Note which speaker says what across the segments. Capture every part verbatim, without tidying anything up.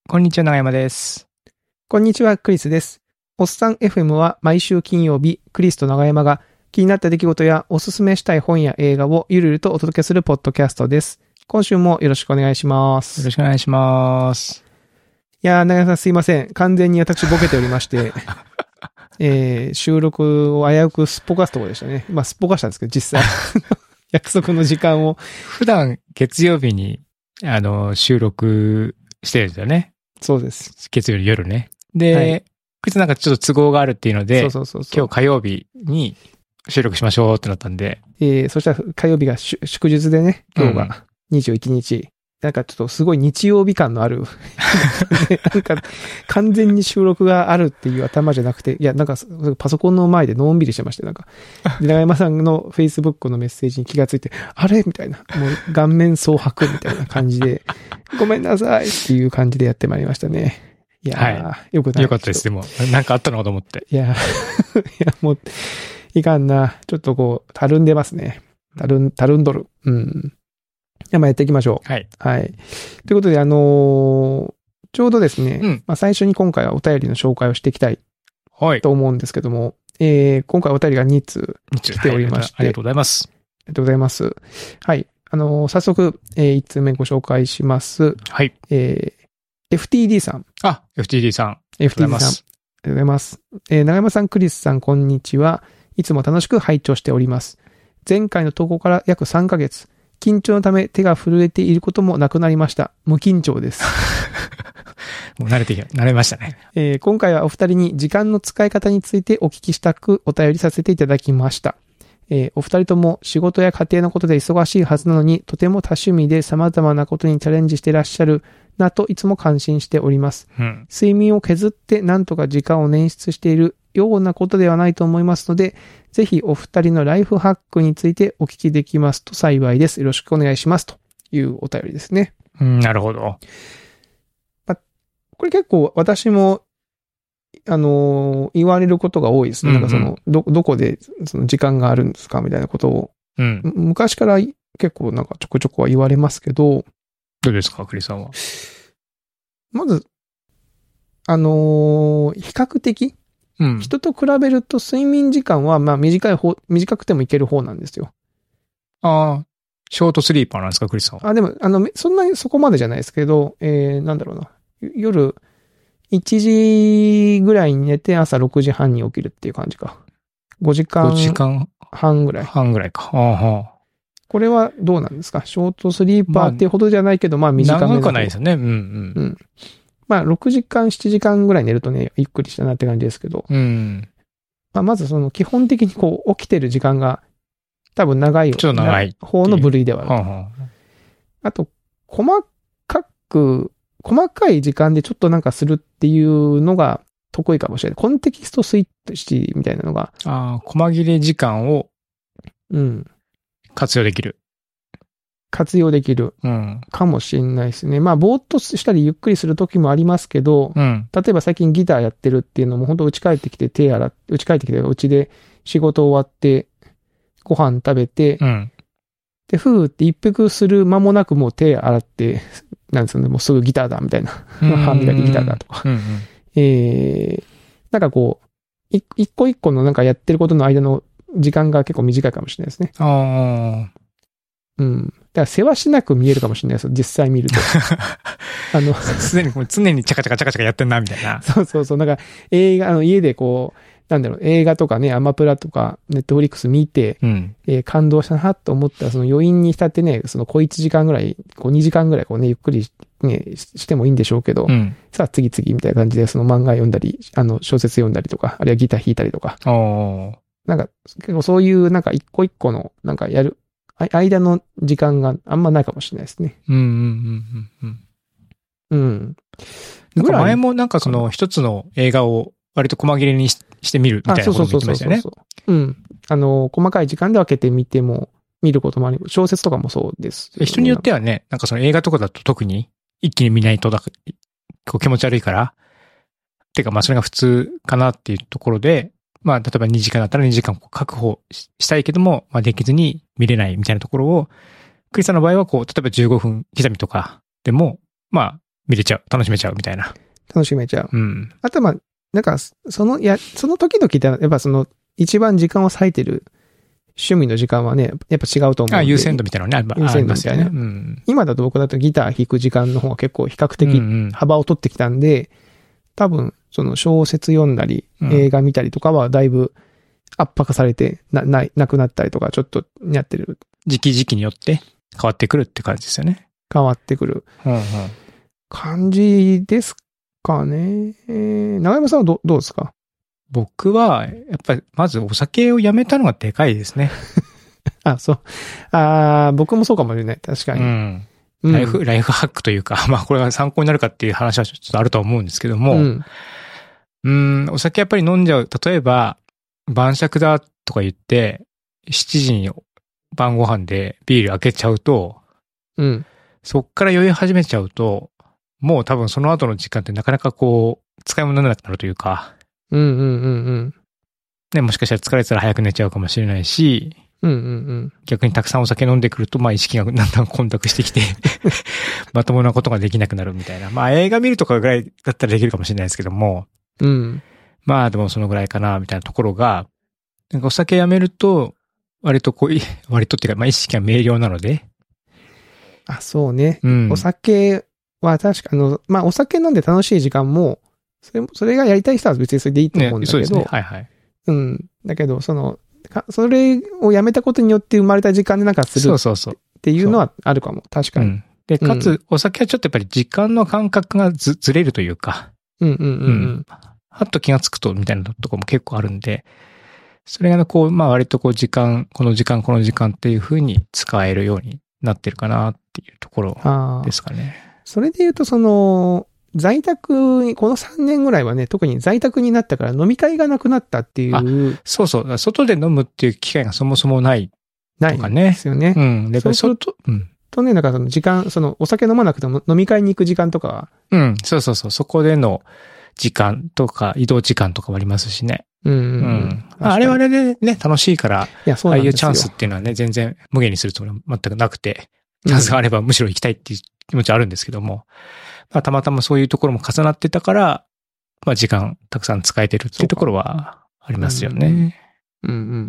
Speaker 1: こんにちは、長山です。
Speaker 2: こんにちは、クリスです。おっさん エフエム は毎週金曜日、クリスと長山が気になった出来事やおすすめしたい本や映画をゆるゆるとお届けするポッドキャストです。今週もよろしくお願いします。
Speaker 1: よろしくお願いします。
Speaker 2: いやー、長山さんすいません。完全に私ボケておりまして、えー、収録を危うくすっぽかすところでしたね。まあ、すっぽかしたんですけど、実際。約束の時間を。
Speaker 1: 普段月曜日に、あの、収録してるんですよね。
Speaker 2: そうです。
Speaker 1: 月曜日夜ね。で、はい、クリスなんかちょっと都合があるっていうので、
Speaker 2: そうそうそうそう、
Speaker 1: 今日火曜日に収録しましょうってなったんで。
Speaker 2: えー、そしたら火曜日が祝日でね、今日がにじゅういちにち。うん、なんかちょっとすごい日曜日感のある、なんか完全に収録があるっていう頭じゃなくて、いやなんかパソコンの前でのんびりしてまして、なんか、長山さんの Facebook のメッセージに気がついて、あれみたいな、もう顔面蒼白みたいな感じで、ごめんなさいっていう感じでやってまいりましたね。いやー、はい、よくない。
Speaker 1: よかったです。でも、なんかあったのかと思って。
Speaker 2: いや、いやもう、いかんな。ちょっとこう、たるんでますね。たるん、たるんどる。うん。じゃあまあやっていきましょう。
Speaker 1: はい。
Speaker 2: はい。ということで、あのー、ちょうどですね、うん、まあ最初に今回はお便りの紹介をしていきたいと思うんですけども、はい、えー、今回お便りがにつう来ておりまして、
Speaker 1: はい、ありがとうございます。
Speaker 2: ありがとうございます。はい。あのー、早速、えー、いちつめご紹介します。
Speaker 1: はい。
Speaker 2: えー、エフティーディー さん。
Speaker 1: あ、エフティーディー さん。
Speaker 2: エフティーディー さん。ありがとうございます。えー、長山さん、クリスさん、こんにちは。いつも楽しく拝聴しております。前回の投稿から約さんかげつ、緊張のため手が震えていることもなくなりました。無緊張です。
Speaker 1: もう慣れてきた、慣れましたね。
Speaker 2: えー、今回はお二人に時間の使い方についてお聞きしたくお便りさせていただきました。えー、お二人とも仕事や家庭のことで忙しいはずなのに、とても多趣味で様々なことにチャレンジしていらっしゃるなといつも感心しております。うん、睡眠を削って何とか時間を捻出しているようなことではないと思いますので、ぜひお二人のライフハックについてお聞きできますと幸いです。よろしくお願いしますというお便りですね。
Speaker 1: うん、なるほど。
Speaker 2: ま、これ結構私もあのー、言われることが多いですね。うんうん、なんかその、ど、どこでその時間があるんですかみたいなことを。うん、昔から結構なんかちょこちょこは言われますけど。
Speaker 1: どうですか、クリさんは。
Speaker 2: まず、あのー、比較的、うん、人と比べると睡眠時間はまあ短い方、短くてもいける方なんですよ。
Speaker 1: ああ、ショートスリーパーなんですか、クリスさんは。
Speaker 2: あ、でも、あの、そんなにそこまでじゃないですけど、えー、なんだろうな。夜、いちじぐらいに寝て朝ろくじはんに起きるっていう感じか。ごじかん。
Speaker 1: ごじかん
Speaker 2: はんぐらい。
Speaker 1: 半ぐらいか。ああ、
Speaker 2: これはどうなんですか？ショートスリーパーっていうほどじゃないけど、まあ、まあ短め。
Speaker 1: 長くはないですよね。うんうん。
Speaker 2: うん。まあろくじかん、しちじかんぐらい寝るとね、ゆっくりしたなって感じですけど。
Speaker 1: うん。
Speaker 2: まあまずその基本的にこう起きてる時間が多分長い。
Speaker 1: ちょっと長い。
Speaker 2: 方の部類ではある。はあはあ、あと、細かく、細かい時間でちょっとなんかするっていうのが得意かもしれない。コンテキストスイッチみたいなのが。
Speaker 1: ああ、細切れ時間を、
Speaker 2: うん。
Speaker 1: 活用できる。
Speaker 2: 活用できる。うん。かもしれないですね。まあ、ぼーっとしたりゆっくりする時もありますけど、うん。例えば最近ギターやってるっていうのも本当家帰ってきて手洗って、家帰ってきてうちで仕事終わってご飯食べて、うん。で、ふーって一服する間もなくもう手洗って、なんですよね、もうすぐギターだみたいな。歯磨きギターだとか。うんうん、えー、なんかこう、一個一個のなんかやってることの間の時間が結構短いかもしれないですね。ああ。うん。だから世話しなく見えるかもしれないですよ。実際見ると。
Speaker 1: あの、常に、常にチャカチャカチャカチャカやってんな、みたいな。
Speaker 2: そうそうそう。なんか映画、あの家でこう、なんだろう、映画とかね、アマプラとか、ネットフリックス見て、うん、えー、感動したなと思ったら、その余韻に浸ってね、その小いちじかんぐらい、こうにじかんぐらいこうね、ゆっくりね、してもいいんでしょうけど、うん、さあ次々みたいな感じで、その漫画読んだり、あの、小説読んだりとか、あるいはギター弾いたりとか。なんか、結構そういうなんか一個一個の、なんかやる、間の時間があんまないかもしれないですね。
Speaker 1: うんうんうんうん
Speaker 2: うん。うん。
Speaker 1: なんか前もなんかその一つの映画を割と細切れにししてみるみたいなことも言ってましたよね。そうそうそうそう。うん。あの、細かい時間で分けてみても、見ることもあり、小説とかもそうです、 ね。人によってはね、なんかその映画とかだと特に一気に見ないとだ、こう気持ち悪いから、てかまあそれが普通かなっていうところで、まあ例えばにじかんだったらにじかん確保したいけども、まあできずに見れないみたいなところを、クリスさんの場合はこう、例えばじゅうごふん刻みとかでも、まあ見れちゃう、楽しめちゃうみたいな。
Speaker 2: 楽しめちゃう。
Speaker 1: うん。
Speaker 2: あとまあ、なんか、その、や、その時々って、やっぱその、一番時間を割いてる趣味の時間はね、やっぱ違うと思うんで。
Speaker 1: あ、優先度みたいなのね、
Speaker 2: 優先度みたいな。
Speaker 1: うん、
Speaker 2: 今だと僕だとギター弾く時間の方が結構比較的幅を取ってきたんで、うんうん、多分、その小説読んだり、映画見たりとかはだいぶ圧迫されてな、ない、なくなったりとか、ちょっとやってる。
Speaker 1: 時期時期によって変わってくるって感じですよね。
Speaker 2: 変わってくる。うんうん、感じですかね。えー、長山さんはど、どうですか？
Speaker 1: 僕は、やっぱり、まずお酒をやめたのがでかいですね。
Speaker 2: あ、そう。ああ、僕もそうかもしれない。確かに。
Speaker 1: うんライフ、うん、ライフハックというか、まあこれが参考になるかっていう話はちょっとあると思うんですけども、うん、うーんお酒やっぱり飲んじゃう。例えば、晩酌だとか言って、しちじに晩ご飯でビール開けちゃうと、
Speaker 2: うん、
Speaker 1: そっから酔い始めちゃうと、もう多分その後の時間ってなかなかこう、使い物にならなくなるというか、
Speaker 2: うんうんうんうん。
Speaker 1: ね、もしかしたら疲れてたら早く寝ちゃうかもしれないし、
Speaker 2: うんうんうん、
Speaker 1: 逆にたくさんお酒飲んでくると、まあ意識がだんだん混濁してきて、まともなことができなくなるみたいな。まあ映画見るとかぐらいだったらできるかもしれないですけども、
Speaker 2: うん、
Speaker 1: まあでもそのぐらいかな、みたいなところが、なんかお酒やめると、割とこう、割とっていうか、まあ意識が明瞭なので。
Speaker 2: あ、そうね。
Speaker 1: うん、
Speaker 2: お酒は確か、あの、まあお酒飲んで楽しい時間も、それ、それがやりたい人は別にそれでいいと思うんだけど、ね、そうですね。
Speaker 1: はいはい。
Speaker 2: うん。だけど、その、それをやめたことによって生まれた時間でなんかするっていうのはあるかも。確かに。うん、
Speaker 1: で、かつ、お酒はちょっとやっぱり時間の感覚がず、ずれるというか。
Speaker 2: うんうんうん、うん。
Speaker 1: はっと気がつくとみたいなところも結構あるんで、それがこう、まあ割とこう時間、この時間、この時間っていう風に使えるようになってるかなっていうところですかね。
Speaker 2: それで言うと、その、在宅に、このさんねんぐらいはね、特に在宅になったから飲み会がなくなったっていう。
Speaker 1: そうそう。外で飲むっていう機会がそもそもないとかね。
Speaker 2: ないですよね。
Speaker 1: うん。で、
Speaker 2: そうすると、うん。とね、なんかその時間、そのお酒飲まなくても飲み会に行く時間とか。
Speaker 1: うん。そうそうそう。そこでの時間とか移動時間とかもありますしね。
Speaker 2: うんうん、うん。
Speaker 1: うん。あれはあれでね、楽しいから、
Speaker 2: いや、そう
Speaker 1: なんですよ。ああいうチャンスっていうのはね、全然無限にするつもりは全くなくて、チャンスがあればむしろ行きたいっていう気持ちはあるんですけども。まあ、たまたまそういうところも重なってたから、まあ時間たくさん使えてるっていうところはありますよね。
Speaker 2: うんうんうん、うん。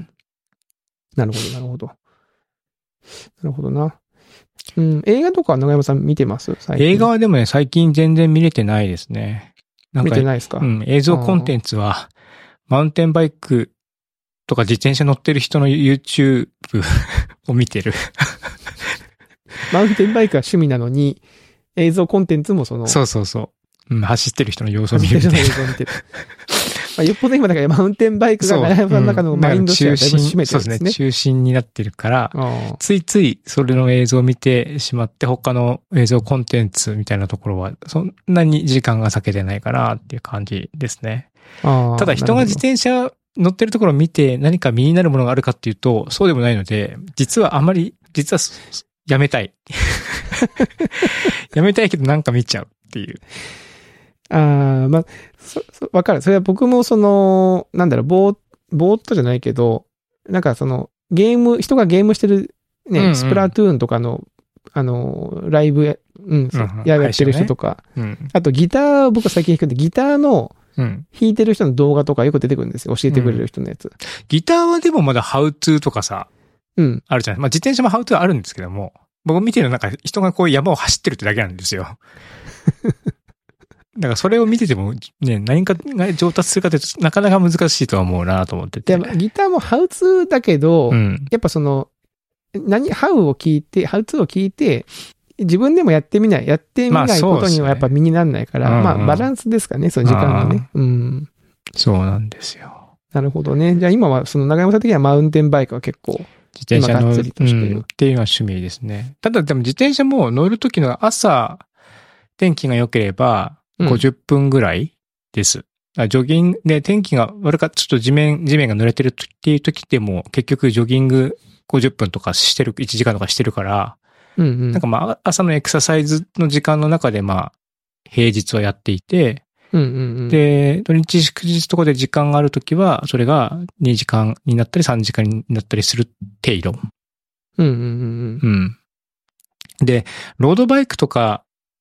Speaker 2: なるほど、なるほど。なるほどな。うん、映画とか長山さん見てます？最近。
Speaker 1: 映画はでもね、最近全然見れてないですね。
Speaker 2: なんか見てないですか？
Speaker 1: うん、映像コンテンツは、マウンテンバイクとか自転車乗ってる人の YouTube を見てる。
Speaker 2: マウンテンバイクは趣味なのに、映像コンテンツもその。
Speaker 1: そうそうそう。うん、走ってる人の様子を見るみたいな。
Speaker 2: 走ってる人の映像を見てる。まあ、よっぽど今だからマウンテンバイクが長山さんの中のマインドシェアをだいぶ占めてるんですね。
Speaker 1: そうですね。中心になってるから、ついついそれの映像を見てしまって、他の映像コンテンツみたいなところは、そんなに時間が割けてないかなっていう感じですね。ただ人が自転車乗ってるところを見て何か身になるものがあるかっていうと、そうでもないので、実はあまり、実はやめたい。やめたいけどなんか見ちゃうっていう。
Speaker 2: ああ、まあ、そ、そ、わかる。それは僕もその、なんだろう、ぼー、ぼーっとじゃないけど、なんかその、ゲーム、人がゲームしてるね、うんうん、スプラトゥーンとかの、あの、ライブや、うん、うん、やってる人とか、ねうん、あとギター、僕は最近弾くんで、ギターの、弾いてる人の動画とかよく出てくるんですよ。教えてくれる人のやつ。うん、
Speaker 1: ギターはでもまだハウツーとかさ、
Speaker 2: うん。
Speaker 1: あるじゃない。まあ自転車もハウツーあるんですけども、僕見てるのなんか人がこう山を走ってるってだけなんですよ。だからそれを見ててもね、何かが上達するかってなかなか難しいとは思うなと思ってて。
Speaker 2: でもギターもハウツーだけど、うん、やっぱその、何、ハウを聞いて、ハウツーを聞いて、自分でもやってみない、やってみないことにはやっぱ身にならないから、まあ、ね、まあバランスですかね、その時間がね。うん。
Speaker 1: そうなんですよ。
Speaker 2: なるほどね。じゃあ今はその長山さん的にはマウンテンバイクは結構、
Speaker 1: 自転車の、うん、っていうのは趣味ですね。ただでも自転車も乗るときの朝、天気が良ければごじゅっぷんぐらいです。うん、ジョギングで天気が悪かった、ちょっと地面、地面が濡れてるっていう時でも結局ジョギングごじゅっぷんとかしてる、いちじかんとかしてるから、
Speaker 2: うんうん、
Speaker 1: なんかまあ朝のエクササイズの時間の中でまあ平日はやっていて、
Speaker 2: うんうんうん、
Speaker 1: で、土日祝日とかで時間があるときは、それがにじかんになったりさんじかんになったりする程度。
Speaker 2: うんうんうん
Speaker 1: うん。で、ロードバイクとか、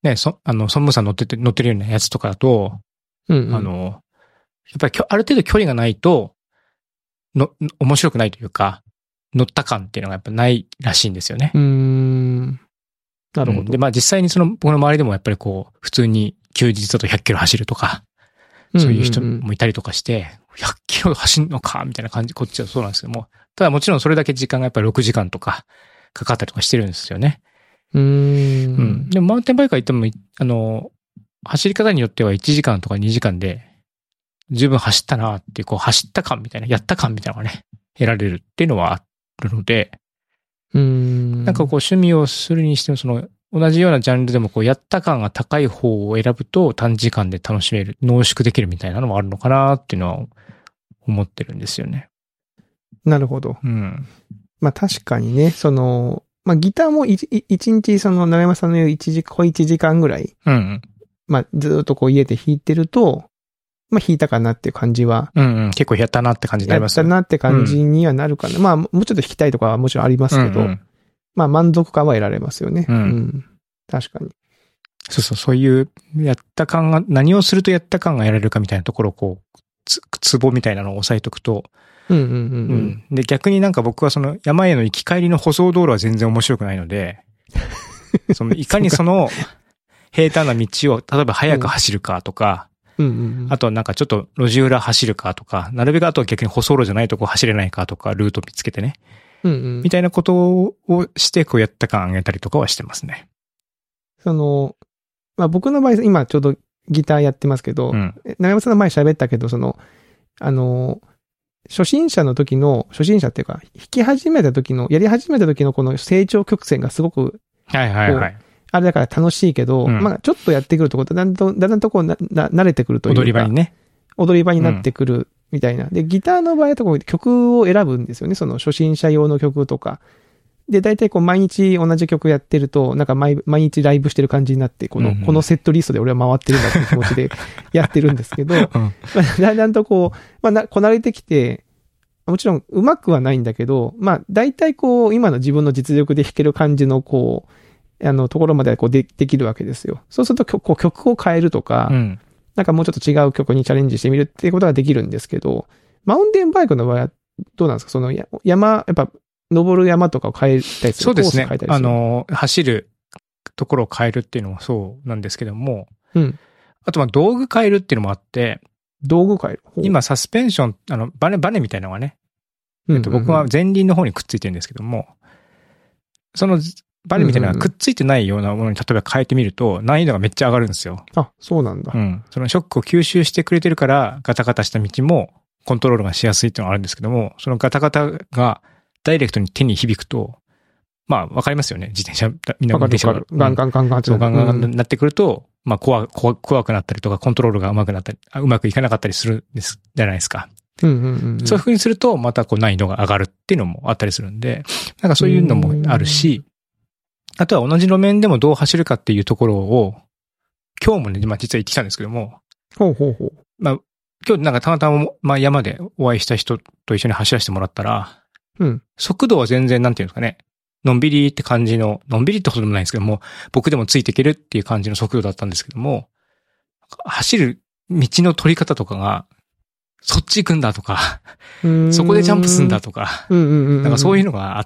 Speaker 1: ね、そ、あの、孫武さん乗ってて、乗ってるようなやつとかだと、
Speaker 2: うんうん、
Speaker 1: あの、やっぱりある程度距離がないと、の、面白くないというか、乗った感っていうのがやっぱないらしいんですよね。
Speaker 2: うーん。なるほど。うん、
Speaker 1: で、まあ実際にその、僕の周りでもやっぱりこう、普通に休日だとひゃっキロ走るとか、そういう人もいたりとかして、ひゃっキロ走んのかみたいな感じ、こっちはそうなんですけども、ただもちろんそれだけ時間がやっぱりろくじかんとかかかったりとかしてるんですよね。
Speaker 2: うーん。
Speaker 1: うん。でもマウンテンバイクは言っても、あの、走り方によってはいちじかんとかにじかんで、十分走ったなっていう、こう走った感みたいな、やった感みたいなのがね、得られるっていうのはあるので、
Speaker 2: うーん。
Speaker 1: なんかこう趣味をするにしても、その、同じようなジャンルでもこうやった感が高い方を選ぶと短時間で楽しめる、濃縮できるみたいなのもあるのかなっていうのは思ってるんですよね。
Speaker 2: なるほど。
Speaker 1: うん。
Speaker 2: まあ確かにね、その、まあギターも一日その長山さんの言う一時、小一時間ぐらい、
Speaker 1: うん、うん。
Speaker 2: まあずっとこう家で弾いてると、まあ弾いたかなっていう感じは。
Speaker 1: うんうん。結構やったなって感じになります
Speaker 2: ね。やったなって感じにはなるかな。うん、まあもうちょっと弾きたいとかはもちろんありますけど、うんうん、まあ満足感は得られますよね。
Speaker 1: うん。
Speaker 2: うん、確かに。
Speaker 1: そうそう、そういうやった感が、何をするとやった感が得られるかみたいなところをこう、つ、ツボみたいなのを押さえとくと、
Speaker 2: うんうんうん、うん
Speaker 1: うん。で、逆になんか僕はその山への行き帰りの舗装道路は全然面白くないので、そのいかにその平坦な道を、例えば速く走るかとか、
Speaker 2: うんうんうん、
Speaker 1: あとなんかちょっと路地裏走るかとか、なるべくあとは逆に舗装路じゃないとこ走れないかとか、ルート見つけてね。
Speaker 2: うんうん、
Speaker 1: みたいなことをしてこうやった感上げたりとかはしてますね。
Speaker 2: その、まあ僕の場合、今ちょうどギターやってますけど、うん、長山さんの前喋ったけど、その、あの、初心者の時の、初心者っていうか、弾き始めた時の、やり始めた時のこの成長曲線がすごく、
Speaker 1: はいはいはい。
Speaker 2: あれだから楽しいけど、うん、まあちょっとやってくるとこう、だんだん、だんだんとこうな、な、慣れてくるというか。
Speaker 1: 踊り場にね。
Speaker 2: 踊り場になってくるみたいな。うん、で、ギターの場合はこう曲を選ぶんですよね。その初心者用の曲とか。で、大体こう毎日同じ曲やってると、なんか毎毎日ライブしてる感じになって、この、うんうん、このセットリストで俺は回ってるんだっていう気持ちでやってるんですけど、うんまあ、だんだんとこう、まあな、こなれてきて、もちろん上手くはないんだけど、まあ大体こう、今の自分の実力で弾ける感じのこう、あの、ところまでこうで、できるわけですよ。そうするとこう曲を変えるとか、うん、なんかもうちょっと違う曲にチャレンジしてみるっていうことができるんですけど、マウンテンバイクの場合はどうなんですか？その山、やっぱ、登る山とかを変えたりする。
Speaker 1: そうですね。あの、走るところを変えるっていうのもそうなんですけども、
Speaker 2: うん。
Speaker 1: あとは道具変えるっていうのもあって、
Speaker 2: 道具変える。
Speaker 1: 今サスペンション、あの、バネ、バネみたいなのがね、えっと、僕は前輪の方にくっついてるんですけども、そのバネみたいなのがくっついてないようなものに例えば変えてみると難易度がめっちゃ上がるんですよ。
Speaker 2: あ、そうなんだ。
Speaker 1: うん。そのショックを吸収してくれてるからガタガタした道もコントロールがしやすいっていうのがあるんですけども、そのガタガタがダイレクトに手に響くと、まあわかりますよね。自転車、みんな運転車が。
Speaker 2: ガンガンガンガン。
Speaker 1: そう、ガンガンになってくると、まあ怖、怖、怖くなったりとか、コントロールが上手くなったり、うまくいかなかったりするんです、じゃないですか。
Speaker 2: うんうんうんうん、
Speaker 1: そういう風にすると、またこう難易度が上がるっていうのもあったりするんで、なんかそういうのもあるし、あとは同じ路面でもどう走るかっていうところを、今日もね、まあ実は行ってきたんですけども、
Speaker 2: ほうほうほう。
Speaker 1: まあ、今日なんかたまたま、まあ山でお会いした人と一緒に走らせてもらったら、
Speaker 2: うん。
Speaker 1: 速度は全然なんていうんですかね、のんびりって感じの、のんびりってほどでもないんですけども、僕でもついていけるっていう感じの速度だったんですけども、走る道の取り方とかが、そっち行くんだとか、そこでジャンプすんだとか、なんかそういうのがあって、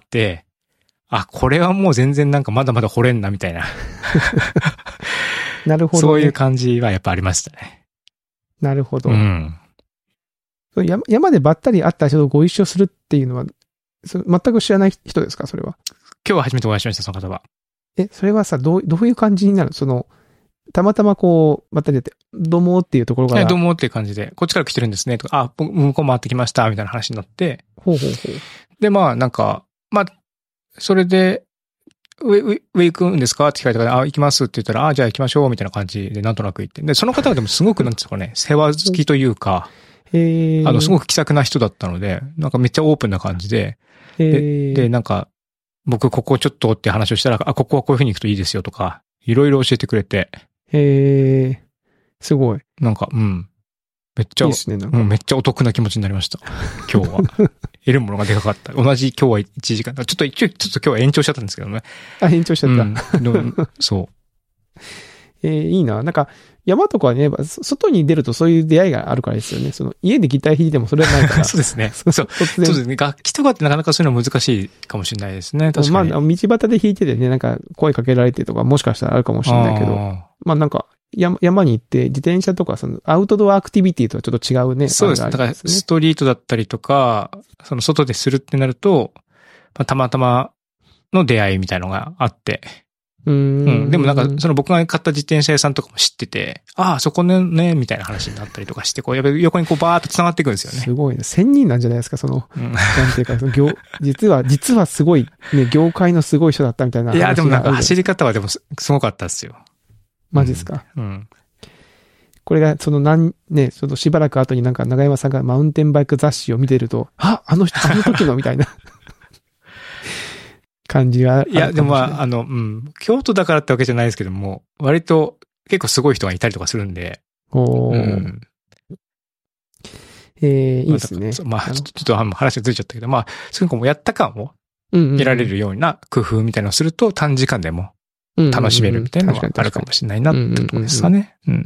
Speaker 1: あ、これはもう全然なんかまだまだ掘れんなみたいな。
Speaker 2: なるほど、ね。
Speaker 1: そういう感じはやっぱありましたね。
Speaker 2: なるほど。
Speaker 1: うん。
Speaker 2: 山, 山でばったり会った人とご一緒するっていうのは、全く知らない人ですかそれは。
Speaker 1: 今日は初めてお会いしました、その方は。
Speaker 2: え、それはさ、どう、どういう感じになるその、たまたまこう、ばったり出て、どうもっていうところから。
Speaker 1: どうもっていう感じで、こっちから来てるんですね、とか、あ、僕、向こう回ってきました、みたいな話になって。
Speaker 2: ほうほうほう。
Speaker 1: で、まあ、なんか、まあ、それで、上、上、上行くんですかって聞かれたから、あ、行きますって言ったら、あ、じゃあ行きましょう、みたいな感じで、なんとなく行って。で、その方はでもすごく、なんですかね、世話好きというか、
Speaker 2: へ
Speaker 1: あの、すごく気さくな人だったので、なんかめっちゃオープンな感じで、で、で、なんか、僕ここちょっとって話をしたら、あ、ここはこういう風に行くといいですよとか、いろいろ教えてくれて。
Speaker 2: へえ、すごい。
Speaker 1: なんか、うん。めっちゃ、
Speaker 2: いいですね、なんか。
Speaker 1: うん、めっちゃお得な気持ちになりました。今日は。得るものがでかかった。同じ今日はいちじかん。ちょっと一応、ちょっと今日は延長しちゃったんですけどね。
Speaker 2: あ、延長しちゃった。
Speaker 1: うん、そう。
Speaker 2: えー、いいな。なんか、山とかはね、外に出るとそういう出会いがあるからですよね。その、家でギター弾いてもそれはないから。
Speaker 1: そうですね。そう。そうですね。楽器とかってなかなかそういうの難しいかもしれないですね。確かに。
Speaker 2: まあ、道端で弾いててね、なんか声かけられてとかもしかしたらあるかもしれないけど。まあなんか、山、山に行って自転車とかそのアウトドアアクティビティとはちょっと違うね。
Speaker 1: そうです。だからストリートだったりとか、その外でするってなると、まあ、たまたまの出会いみたいなのがあって。
Speaker 2: うーん。
Speaker 1: うん。でもなんか、その僕が買った自転車屋さんとかも知ってて、ああ、そこね、ね、みたいな話になったりとかして、こう、やっぱり横にこうバーっと繋がっていくんですよね。
Speaker 2: すごいね。千人なんじゃないですか、その、うん、なんていうか、その業、実は、実はすごい、ね、業界のすごい人だったみたいな話が。
Speaker 1: いや、でもなんか走り方はでもすごかったですよ。
Speaker 2: マジですか。
Speaker 1: うん。うん
Speaker 2: これが、その何、ね、そのしばらく後になんか長山さんがマウンテンバイク雑誌を見てると、あ、あの人、あの時のみたいな感じがあるかもしれない。
Speaker 1: いや、でもまあ、あの、うん、京都だからってわけじゃないですけども、割と結構すごい人がいたりとかするんで。
Speaker 2: おー。うん、えー、いいですね。
Speaker 1: まあ、ちょっと話がずれちゃったけど、まあ、そういうのもやった感を得られるような工夫みたいなのをすると短時間でも、楽しめるみたいなのがあるかもしれないなってところですかね。
Speaker 2: うん。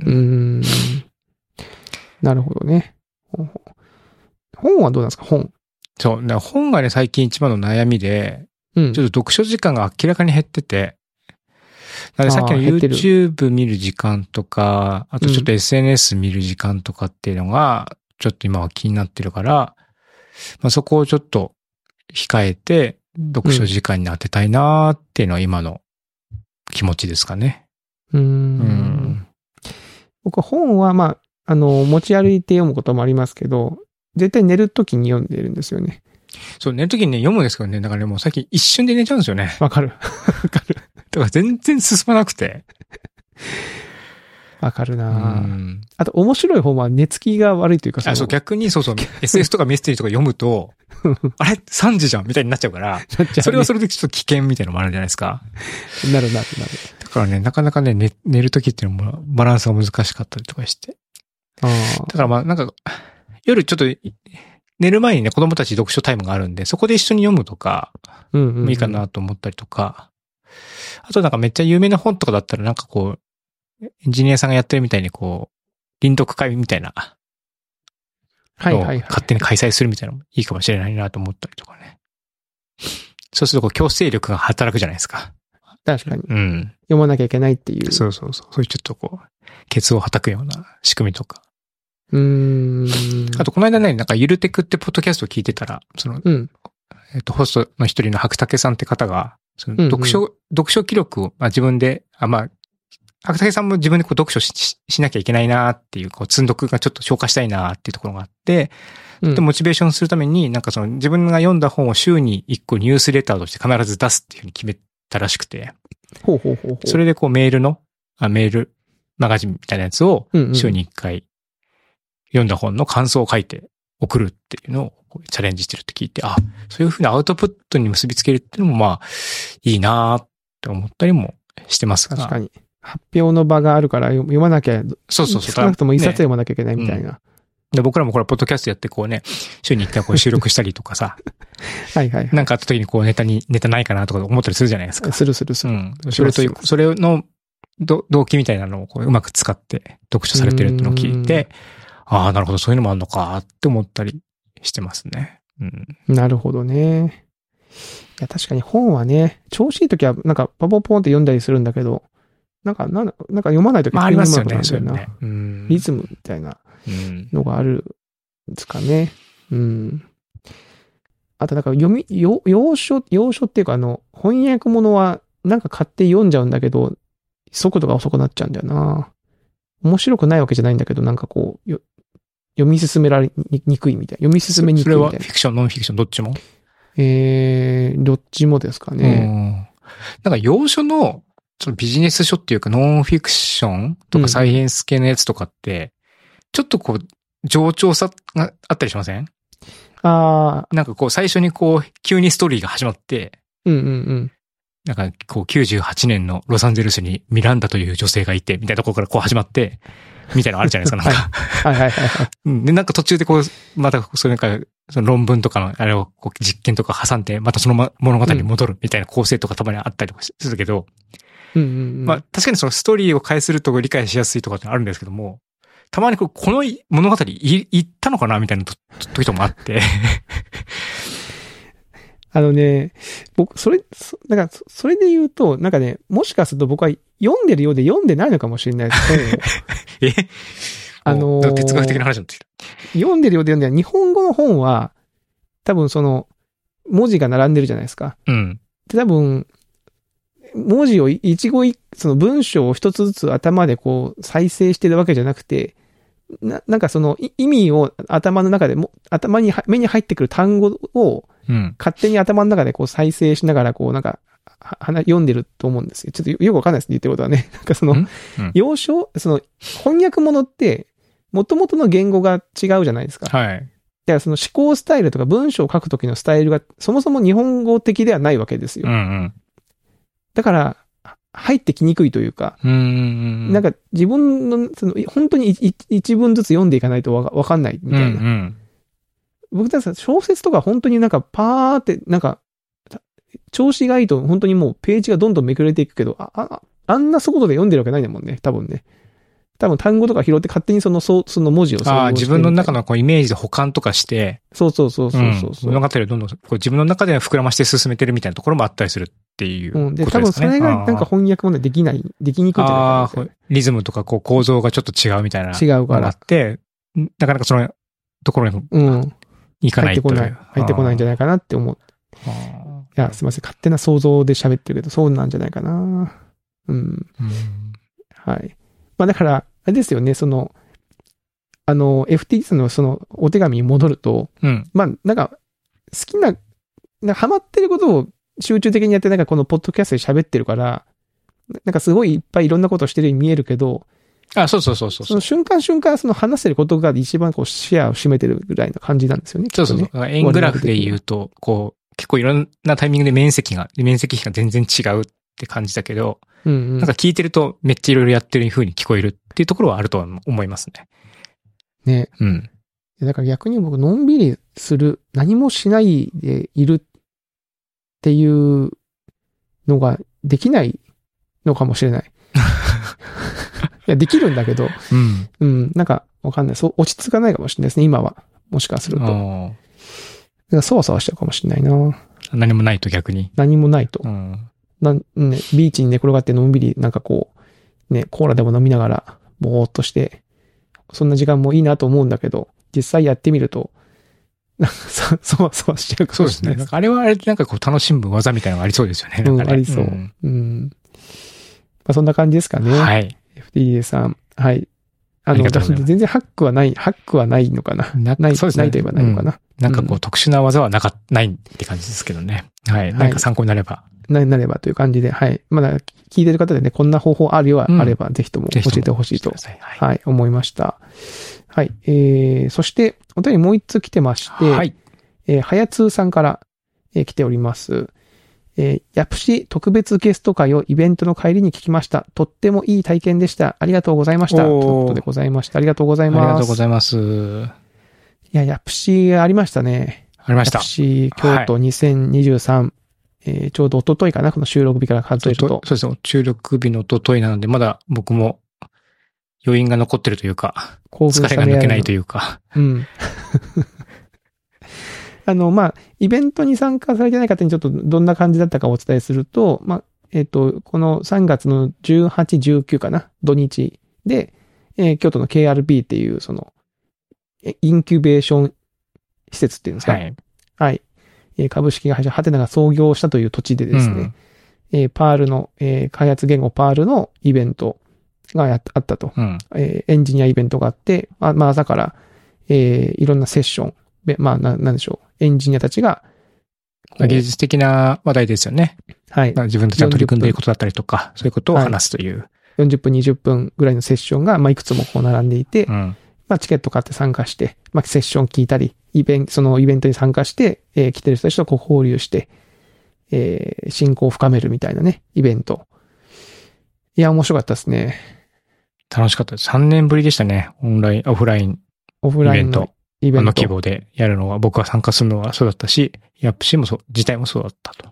Speaker 2: なるほどね。本はどうなんですか、本。
Speaker 1: そう、本がね、最近一番の悩みで、うん、ちょっと読書時間が明らかに減ってて、なのでさっきの YouTube 見る時間とか、あとちょっと エスエヌエス 見る時間とかっていうのが、ちょっと今は気になってるから、まあ、そこをちょっと控えて、読書時間に当てたいなーっていうのは今の気持ちですかね。
Speaker 2: うーん。うん僕は本は、まあ、あの、持ち歩いて読むこともありますけど、絶対寝るときに読んでるんですよね。
Speaker 1: そう、寝るときにね、読むんですけどね、だからね、もう最近一瞬で寝ちゃうんですよね。
Speaker 2: わかる。わかる。
Speaker 1: だから全然進まなくて。
Speaker 2: わかるなぁ。あと、面白い本は寝つきが悪いというか、
Speaker 1: あ、そう、逆にそうそう、エスエフ とかミステリーとか読むと、あれ ?さん 時じゃんみたいになっちゃうから、ね、それはそれでちょっと危険みたいなのもあるじゃないですか。
Speaker 2: なるなるなる。
Speaker 1: だからね、なかなかね、寝、寝るときっていうのもバランスが難しかったりとかして。
Speaker 2: あ
Speaker 1: だからまあ、なんか、夜ちょっと、寝る前にね、子供たち読書タイムがあるんで、そこで一緒に読むとか、もいいかなと思ったりとか、あとなんかめっちゃ有名な本とかだったらなんかこう、エンジニアさんがやってるみたいにこう、臨読会みたいな、
Speaker 2: はいはいはい。
Speaker 1: 勝手に開催するみたいなのもいいかもしれないなと思ったりとかね。そうするとこう強制力が働くじゃないですか。
Speaker 2: 確かに。
Speaker 1: うん。
Speaker 2: 読まなきゃいけないっていう。
Speaker 1: そうそうそう。そういうちょっとこう、ケツをはたくような仕組みとか。
Speaker 2: うーん。
Speaker 1: あとこの間ね、なんかゆるテクってポッドキャストを聞いてたら、その、うん、えっと、ホストの一人の白竹さんって方が、その読書、うんうん、読書記録を、まあ、自分で、あ、まあ、白竹さんも自分でこう読書 し, しなきゃいけないなっていう、こう、積んどくがちょっと消化したいなっていうところがあって、うん、で、モチベーションするために、なんかその自分が読んだ本を週に一個ニュースレターとして必ず出すっていうふうに決めたらしくて、
Speaker 2: ほうほうほうほう。
Speaker 1: それでこうメールの、あ、メール、マガジンみたいなやつを、週に一回、読んだ本の感想を書いて送るっていうのをチャレンジしてるって聞いて、あ、そういうふうなアウトプットに結びつけるっていうのもまあ、いいなーって思ったりもしてますが。
Speaker 2: 確かに。発表の場があるから読まなきゃ、
Speaker 1: そうそうそう。
Speaker 2: 少なくとも一冊読まなきゃいけないみたいな。ねうん、
Speaker 1: で僕らもこれ、ポッドキャストやってこうね、週に一回こう収録したりとかさ。
Speaker 2: はいはい、はい。
Speaker 1: なんかあった時にこうネタに、ネタないかなとか思ったりするじゃないですか。
Speaker 2: するするする。
Speaker 1: うん。それと、それの動機みたいなのをこううまく使って読書されてるっていうのを聞いて、ああ、なるほど、そういうのもあるのかって思ったりしてますね。うん。
Speaker 2: なるほどね。いや、確かに本はね、調子いい時はなんかパポポンって読んだりするんだけど、なんか、なんか読まない時
Speaker 1: はありますよね、そういうのね。
Speaker 2: うん。リズムみたいなのがあるんですかね。うん。あとなんか読み、要所、要所っていうかあの、翻訳物はなんか買って読んじゃうんだけど、速度が遅くなっちゃうんだよな。面白くないわけじゃないんだけど、なんかこう、読み進められにくいみたいな。読み進めにくいみたいな。
Speaker 1: それはフィクション、ノンフィクション、どっちも
Speaker 2: えー、どっちもですかね。
Speaker 1: なんか要所の、そのビジネス書っていうかノンフィクションとかサイエンス系のやつとかって、うん、ちょっとこう、冗長さがあったりしません？
Speaker 2: ああ。
Speaker 1: なんかこう最初にこう、急にストーリーが始まって、
Speaker 2: うんうんうん。
Speaker 1: なんかこうきゅうじゅうはちねんのロサンゼルスにミランダという女性がいて、みたいなところからこう始まって、みたいなのあるじゃないですか、なんか。
Speaker 2: はいはいはいはい。
Speaker 1: で、なんか途中でこう、また、それなんか、その論文とかの、あれをこう実験とか挟んで、またその物語に戻るみたいな構成とかたまにあったりとかするけど、
Speaker 2: うんうんうん、
Speaker 1: まあ確かにそのストーリーを介すると理解しやすいとかってあるんですけども、たまにこの物語い言ったのかなみたいな時ともあって。
Speaker 2: あのね、僕、それ、なんか、それで言うと、なんかね、もしかすると僕は読んでるようで読んでないのかもしれないです。
Speaker 1: えあのー、哲学的な話になってきた。
Speaker 2: 読んでるようで読んでない。日本語の本は、多分その、文字が並んでるじゃないですか。
Speaker 1: うん。
Speaker 2: で、多分、文字を一語一、その文章を一つずつ頭でこう再生してるわけじゃなくて、な、なんかその意味を頭の中でも、頭に、目に入ってくる単語を、勝手に頭の中でこう再生しながらこうなんか、読んでると思うんですよ。ちょっとよくわかんないですね、言ってることはね。なんかその、要所、その、翻訳物って、元々の言語が違うじゃないですか。
Speaker 1: はい。
Speaker 2: だからその思考スタイルとか文章を書くときのスタイルがそもそも日本語的ではないわけですよ。
Speaker 1: うんうん、
Speaker 2: だから、入ってきにくいというか、
Speaker 1: うんうん、
Speaker 2: なんか自分の、その、本当に一文ずつ読んでいかないとわかんないみたいな。うんうん、僕たち小説とか本当になんかパーって、なんか、調子がいいと本当にもうページがどんどんめくれていくけど、あ、あ、あんな速度で読んでるわけないんだもんね、多分ね。多分単語とか拾って勝手にその、その文字を
Speaker 1: ああ、自分の中のこうイメージで保管とかして、
Speaker 2: そうそうそうそうそう、うん、
Speaker 1: 物語をどんどんこう自分の中で膨らまして進めてるみたいなところもあったりするっていうことですかね。うん、で、
Speaker 2: 多分それがなんか翻訳もね、できない、できにくいんじゃないかな、ね。
Speaker 1: リズムとかこう構造がちょっと違うみたいな。
Speaker 2: 違うから。
Speaker 1: あって、なかなかそのところに行かないという、うん、
Speaker 2: 入ってこない。入ってこないんじゃないかなって思う。いや、すいません。勝手な想像で喋ってるけど、そうなんじゃないかな。うん。うん、はい。まあだから、あれですよね、その、あの、エフティーエス のそのお手紙に戻ると、
Speaker 1: うん、
Speaker 2: まあ、なんか、好きな、なんかハマってることを集中的にやって、なんかこのポッドキャストで喋ってるから、なんかすごいいっぱいいろんなことをしてるように見えるけど、
Speaker 1: あ、そうそうそうそう。
Speaker 2: その瞬間瞬間その話してることが一番こうシェアを占めてるぐらいの感じなんですよね。
Speaker 1: そうそうそう。円グラフで言うと、こう、結構いろんなタイミングで面積が、面積比が全然違うって感じだけど、
Speaker 2: うんうん、
Speaker 1: なんか聞いてるとめっちゃいろいろやってる風に聞こえるっていうところはあるとは思いますね。
Speaker 2: ね。
Speaker 1: うん。
Speaker 2: だから逆に僕、のんびりする、何もしないでいるっていうのができないのかもしれない。いや、できるんだけど、
Speaker 1: うん。
Speaker 2: うん。なんか、わかんない。そう、落ち着かないかもしれないですね、今は。もしかすると。なんか、そわそわしちゃうかもしれないな。
Speaker 1: 何もないと逆に。
Speaker 2: 何もないと。
Speaker 1: うん。
Speaker 2: な、ね、ビーチに寝転がってのんびり、なんかこう、ね、コーラでも飲みながら、ぼーっとして、そんな時間もいいなと思うんだけど、実際やってみると、なんかそ、そわそわしちゃうかもしれない。
Speaker 1: そうですね。あれはあれでなんかこう楽しむ技みたいなのがありそうですよね。
Speaker 2: うん、
Speaker 1: なんかね、
Speaker 2: ありそう。うん。うん、まあ、そんな感じですかね。
Speaker 1: はい。
Speaker 2: エフティーエー さん。はい。あの、あ全然ハックはない、ハックはないのかな。なない、そうですね、ないと言えばないのかな。
Speaker 1: うん、なんかこう、特殊な技はなか、ないって感じですけどね。はい。何か参考になれば。
Speaker 2: な、なればという感じで、はい。まだ聞いてる方でね、こんな方法あるよはあれば、うん、ぜひとも教えてほしいと、はい、はい、思いました。はい。えー、そして、お便りもう一つ来てまして、
Speaker 1: はい。
Speaker 2: えー、はやつーさんから、えー、来ております。えー、ヤプシ特別ゲスト会をイベントの帰りに聞きました。とってもいい体験でした。ありがとうございました。ということでございました。ありがとうございます。
Speaker 1: ありがとうございます。
Speaker 2: いや、ヤプシありましたね。
Speaker 1: ありました。
Speaker 2: ヤプシ京都にせんにじゅうさん、はい、えー、ちょうど一昨日かな、この収録日から数えると。
Speaker 1: そうですね。収録日の一昨日なので、まだ僕も余韻が残ってるというか、疲れが抜けないというか。
Speaker 2: うん。あの、まあ、イベントに参加されてない方にちょっとどんな感じだったかお伝えすると、まあ、えっと、このさんがつのじゅうはち、じゅうくかな、土日で、えー、京都の ケーアールビー っていう、その、インキュベーション施設っていうんですか。
Speaker 1: はい。
Speaker 2: はい。えー、株式会社ハテナが創業したという土地でですね、うん、えー、パールの、えー、開発言語パールのイベントがやあったと、
Speaker 1: うん、
Speaker 2: えー。エンジニアイベントがあって、まあ、まあ、朝から、えー、いろんなセッション、まあ、な、なんでしょう。エンジニアたちが、
Speaker 1: 技術的な話題ですよね。
Speaker 2: はい。
Speaker 1: 自分たちが取り組んでいることだったりとか、そういうことを話すという。はい、
Speaker 2: よんじゅっぷん、にじゅっぷんぐらいのセッションが、まあ、いくつもこう並んでいて、
Speaker 1: うん、
Speaker 2: まあ、チケット買って参加して、まあ、セッション聞いたり、イベント、そのイベントに参加して、えー、来てる人たちとこう交流して、えー、親交を深めるみたいなね、イベント。いや、面白かったですね。
Speaker 1: 楽しかったです。さんねんぶりでしたね。オンライン、オフライン。
Speaker 2: オフラインのイベント。
Speaker 1: あの規模でやるのは、僕は参加するのはそうだったし、ヤップシーもそう、自体もそうだったと。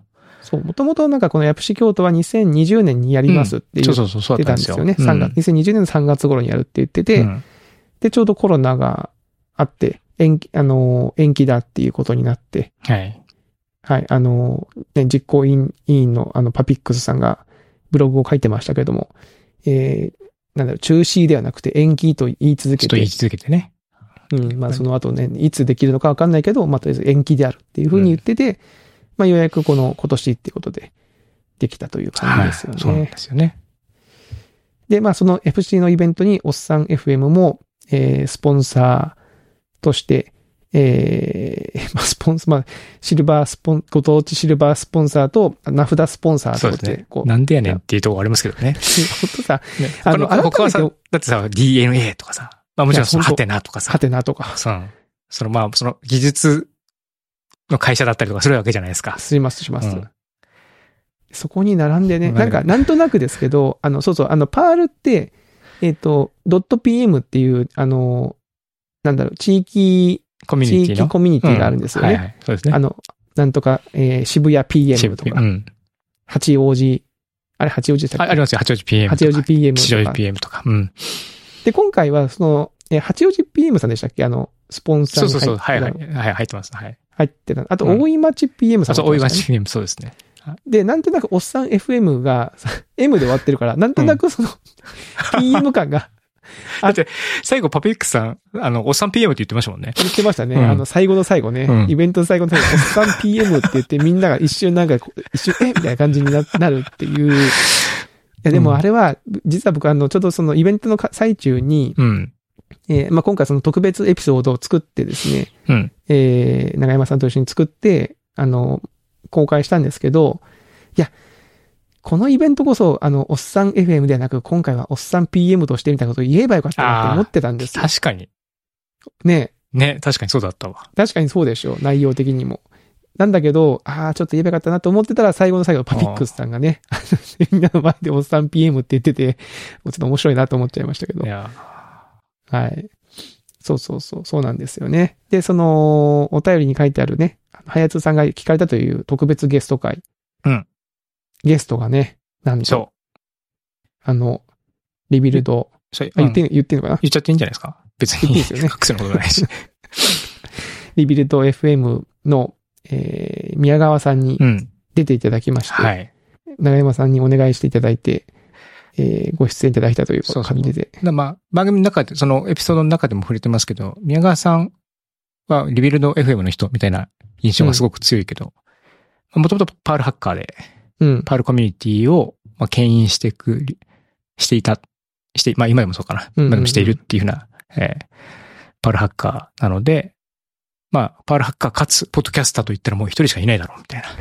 Speaker 2: そう、もともとなんかこのヤプシ京都はにせんにじゅうねんにやりますって言ってたんですよね。さんがつ、にせんにじゅうねんのさんがつ頃にやるって言ってて、うん、で、ちょうどコロナがあって、延期、あの、延期だっていうことになって、
Speaker 1: はい。
Speaker 2: はい、あの、ね、実行委員委員のあのパピックスさんがブログを書いてましたけども、えー、なんだろう、中止ではなくて延期と言い続けて。
Speaker 1: と言い続けてね。
Speaker 2: うん、まあその後ね、いつできるのかわかんないけど、まあとりあえず延期であるっていうふうに言ってて、うん、まあようやくこの今年っていうことでできたという感じですよね。はい、
Speaker 1: そうなんですよね。
Speaker 2: で、まあその エフシー のイベントにおっさん エフエム も、えー、スポンサーとして、えー、まあスポンサー、まあシルバースポン、ご当地シルバースポンサーと名札スポンサーとして、
Speaker 1: こう。なんでやねんっていうところありますけどね。
Speaker 2: 本当さ、
Speaker 1: ね、あの、他はさ、だってさ、ディーエヌエー とかさ、まあもちろんそのハテナとかさ。
Speaker 2: ハテナとか。
Speaker 1: そう。そのまあ、その技術の会社だったりとかするわけじゃないですか。
Speaker 2: します、します。うん、そこに並んでね、なんか、なんとなくですけど、あの、そうそう、あの、パールって、えっと、ドット ピーエム っていう、あの、なんだろう、地域、
Speaker 1: コミュニティの
Speaker 2: 地域コミュニティがあるんですよね。うん、はいはい。
Speaker 1: そうですね。
Speaker 2: あの、なんとか、えー、渋谷 ピーエム とか、うん、八王子、あれ八王子でしたっけ？
Speaker 1: ありますよ、八王子 ピーエム とか。
Speaker 2: 八王子 ピーエム とか。
Speaker 1: 八王子 ピーエム とか。うん。
Speaker 2: で、今回は、その、えー、八王子 ピーエム さんでしたっけ？あの、スポンサーに入ってた。
Speaker 1: そうそうそう。はいはい。はい、入ってます。はい。
Speaker 2: 入ってた。あと、大井町 ピーエム さん、
Speaker 1: ね。うん、そう、大井町 ピーエム、そうですね。
Speaker 2: で、なんとなくおっさん エフエム が M で終わってるから、なんとなくその、ピーエム 感が。
Speaker 1: だって、最後パピックさん、あの、おっさん ピーエム って言ってましたもんね。
Speaker 2: 言ってましたね。
Speaker 1: うん、
Speaker 2: あの、最後の最後ね、うん。イベントの最後の最後、おっさん ピーエム って言ってみんなが一瞬なんか、一瞬、えみたいな感じに な, なるっていう。いや、でもあれは、実は僕あの、ちょっとそのイベントの最中に、うん、えー、まあ、今回その特別エピソードを作ってですね、うん、えー、長山さんと一緒に作って、あの、公開したんですけど、いや、このイベントこそ、あの、おっさん エフエム ではなく、今回はおっさん ピーエム としてみたいなことを言えばよかったなって思ってたんですよ。
Speaker 1: 確かに。
Speaker 2: ね
Speaker 1: え。ね、確かにそうだったわ。
Speaker 2: 確かにそうでしょう、内容的にも。なんだけど、ああ、ちょっと言えばよかったなと思ってたら、最後の最後、パピックスさんがね、みんなの前でおっさん ピーエム って言ってて、ちょっと面白いなと思っちゃいましたけど。
Speaker 1: いや
Speaker 2: はい。そうそうそう、そうなんですよね。で、その、お便りに書いてあるね、はやつさんが聞かれたという特別ゲスト会。
Speaker 1: うん。
Speaker 2: ゲストがね、なんと。
Speaker 1: そう。
Speaker 2: あの、リビルド。あ、言って、うん、言ってんのかな？
Speaker 1: 言っちゃっていいんじゃないですか？別に。いいですよね。隠すのことないし。
Speaker 2: リビルド エフエム の、えー、宮川さんに出ていただきまして、うん、はい。長山さんにお願いしていただいて、えー、ご出演いただいたという感じで。そうそう。
Speaker 1: まあ、番組の中で、そのエピソードの中でも触れてますけど、宮川さんはリビルド エフエム の人みたいな印象がすごく強いけど、もともとパールハッカーで、うん、パールコミュニティを、まあ、牽引していく、していた、して、まあ今でもそうかな。今でもしているっていうふうな、えー、パールハッカーなので、まあ、パールハッカーかつ、ポッドキャスターと言ったらもう一人しかいないだろう、みたいな。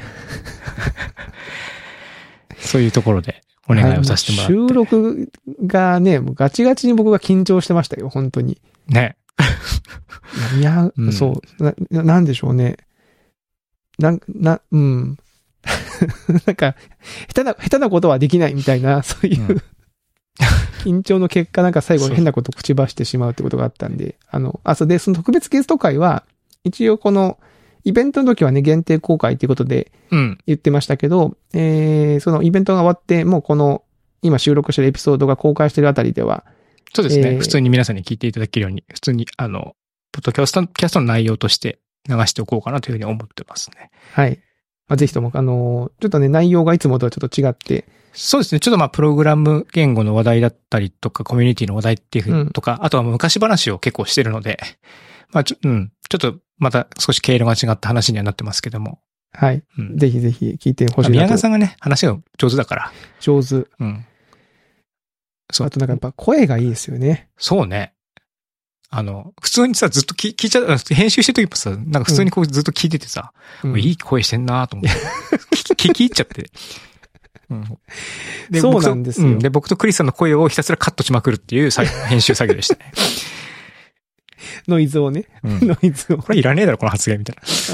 Speaker 1: そういうところでお願いをさせてもらって。
Speaker 2: 収録がね、もうガチガチに僕が緊張してましたよ、本当に。
Speaker 1: ね。
Speaker 2: いや、うん、そう、な、なんでしょうね。な、な、うん。なんか、下手な、下手なことはできないみたいな、そういう、うん、緊張の結果、なんか最後変なことを口走ってしまうってことがあったんで、あの、あ、そうで、その特別ゲスト会は、一応この、イベントの時はね、限定公開っていうことで、言ってましたけど、うん、えー、そのイベントが終わって、もうこの、今収録してるエピソードが公開してるあたりでは、
Speaker 1: そうですね、えー。普通に皆さんに聞いていただけるように、普通に、あの、ポッドキャスト、キャストの内容として流しておこうかなというふうに思ってますね。
Speaker 2: はい。まあ、ぜひとも、あの、ちょっとね、内容がいつもとはちょっと違って、
Speaker 1: そうですね。ちょっとまあ、プログラム言語の話題だったりとか、コミュニティの話題っていうふうにとか、うん、あとは昔話を結構してるので、まあ、ちょ、うん。ちょっと、また少し経路が違った話にはなってますけども。
Speaker 2: はい。うん、ぜひぜひ聞いてほしいなと。
Speaker 1: 宮川さんがね、話が上手だから。
Speaker 2: 上手。
Speaker 1: うん。
Speaker 2: そう。あとなんかやっぱ声がいいですよね。
Speaker 1: そうね。あの、普通にさ、ずっと聞聞いちゃう、編集してる時もさ、なんか普通にこうずっと聞いててさ、うん、いい声してんなと思って。聞き入っちゃって。うん、
Speaker 2: でそうなんですよ、うん。
Speaker 1: で、僕とクリスさんの声をひたすらカットしまくるっていう作業編集作業でしたね。
Speaker 2: ノイズをね、うん。ノイズを。
Speaker 1: これいらねえだろ、この発言みたいな。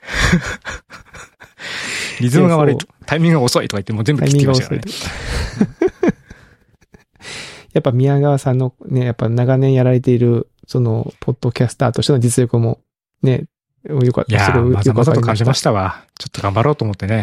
Speaker 1: リズムが悪いと。タイミングが遅いとか言ってもう全部聞きましたからね。
Speaker 2: やっぱ宮川さんのね、やっぱ長年やられている、その、ポッドキャスターとしての実力も、ね、よかった。
Speaker 1: いやー、まざまざと感じましたわ。ちょっと頑張ろうと思ってね。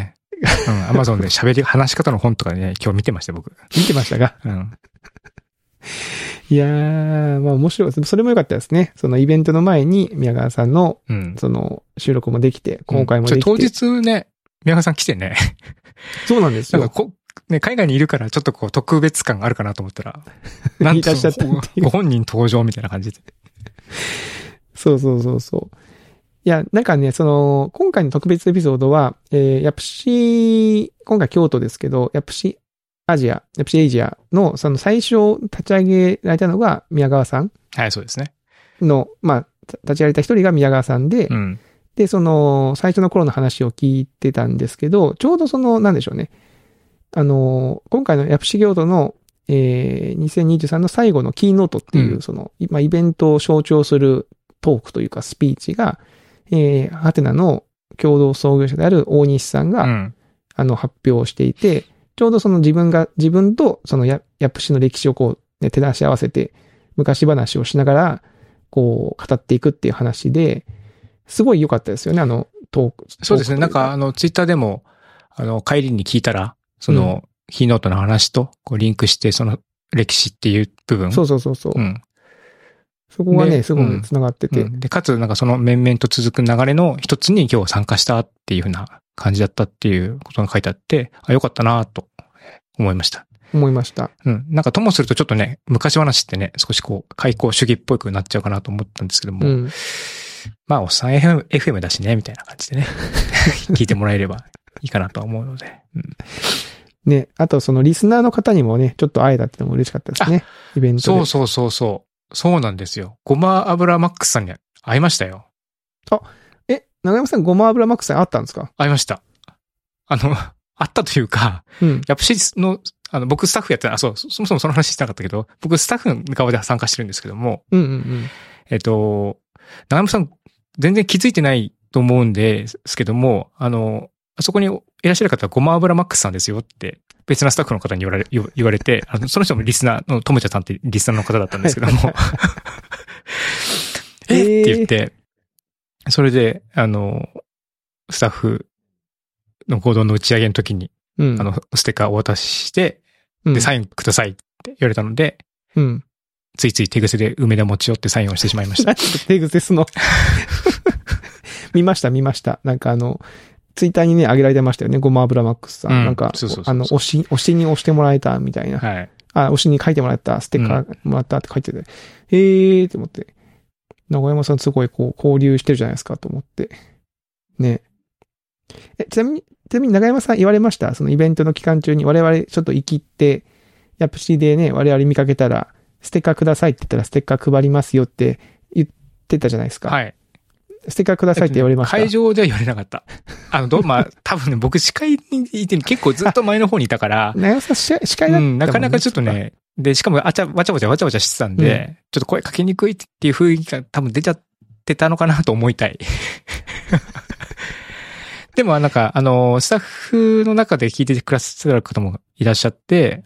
Speaker 2: が。
Speaker 1: うん、アマゾンで喋り、話し方の本とかね、今日見てました、僕。
Speaker 2: 見てましたが。うん。いやー、まあ面白いです。それも良かったですね。そのイベントの前に宮川さんの、うん、その収録もできて、公開もできて。
Speaker 1: うん、当日ね、宮川さん来てね。
Speaker 2: そうなんですよ。
Speaker 1: なんかこね、海外にいるからちょっとこう特別感があるかなと思ったら、なんとご本人登場みたいな感じで。
Speaker 2: そうそうそうそう。いや、なんかね、その、今回の特別エピソードは、えー、ヤプシ、今回京都ですけど、ヤプシアジア、ヤプシエイジアの、その最初立ち上げられたのが宮川さん。
Speaker 1: はい、そうですね。
Speaker 2: の、まあ、立ち上げた一人が宮川さんで、うん、で、その、最初の頃の話を聞いてたんですけど、ちょうどその、なんでしょうね。あの、今回のヤプシ京都の、えー、にせんにじゅうさんの最後のキーノートっていう、うん、その、まあ、イベントを象徴するトークというかスピーチが、えー、ハテナの共同創業者である大西さんが、うん、あの、発表していて、ちょうどその自分が、自分とそのヤプシの歴史をこう、ね、照らし合わせて、昔話をしながら、こう、語っていくっていう話で、すごい良かったですよね、あの、トーク。
Speaker 1: そうですね、なんか、あの、ツイッターでも、あの、帰りに聞いたら、その、うん、キーノートの話と、こう、リンクして、その、歴史っていう部分。
Speaker 2: そうそうそうそう。うん。そこがね、すごい繋がってて、
Speaker 1: うんうん。で、かつ、なんかその面々と続く流れの一つに今日参加したっていう風な感じだったっていうことが書いてあって、あ、よかったなと思いました。
Speaker 2: 思いました。
Speaker 1: うん。なんかともするとちょっとね、昔話ってね、少しこう、開口主義っぽくなっちゃうかなと思ったんですけども、うん、まあ、おっさん エフエム, エフエムだしね、みたいな感じでね、聞いてもらえればいいかなとは思うので。うん、
Speaker 2: ね、あとそのリスナーの方にもね、ちょっと会えたってのも嬉しかったですね。イベントで。
Speaker 1: そうそうそうそう。そうなんですよ。ごま油マックスさんに会いましたよ。
Speaker 2: あ、え、長山さんごま油マックスさん会ったんですか？
Speaker 1: 会いました。あの、会ったというか、うん、ヤプシの、あの、僕スタッフやってた、あ、そう、そもそもその話してなかったけど、僕スタッフの側で参加してるんですけども、
Speaker 2: うんうんうん、
Speaker 1: えっと、長山さん全然気づいてないと思うんですけども、あの、あそこにいらっしゃる方はごま油マックスさんですよって、別なスタッフの方に言われ、言われて、あの、その人もリスナーの、ともちゃさんってリスナーの方だったんですけども、えって言って、それで、あの、スタッフの合同の打ち上げの時に、うん、あの、ステッカーをお渡しして、で、サインくださいって言われたので、うん、ついつい手癖で梅田持ち寄ってサインをしてしまいました。
Speaker 2: 手癖すの。見ました、見ました。なんかあの、ツイッターにね、上げられてましたよね。ごま油マックスさん。うん、なんか、そうそうそうそう、あの、推し、推しに押してもらえたみたいな。はい。あ、推しに書いてもらった、ステッカーもらったって書いてて、うん、へーって思って。長山さんすごいこう、交流してるじゃないですかと思って。ね。え、ちなみに、ちなみに長山さん言われました？そのイベントの期間中に我々ちょっと生きって、ヤプシでね、我々見かけたら、ステッカーくださいって言ったらステッカー配りますよって言ってたじゃないですか。
Speaker 1: はい。
Speaker 2: ステッカーくださいって言われました。
Speaker 1: 会場では言われなかった。あの、ど、まあ、多分ね、僕司会にいて結構ずっと前の方にいたから。
Speaker 2: 長山さん司会だったもんね。うん、
Speaker 1: なかなかちょっとね、で、しかもあちゃ、わちゃわちゃわちゃわちゃしてたんで、うん、ちょっと声かけにくいっていう雰囲気が多分出ちゃってたのかなと思いたい。でもなんか、あの、スタッフの中で聞いてくださる方もいらっしゃって、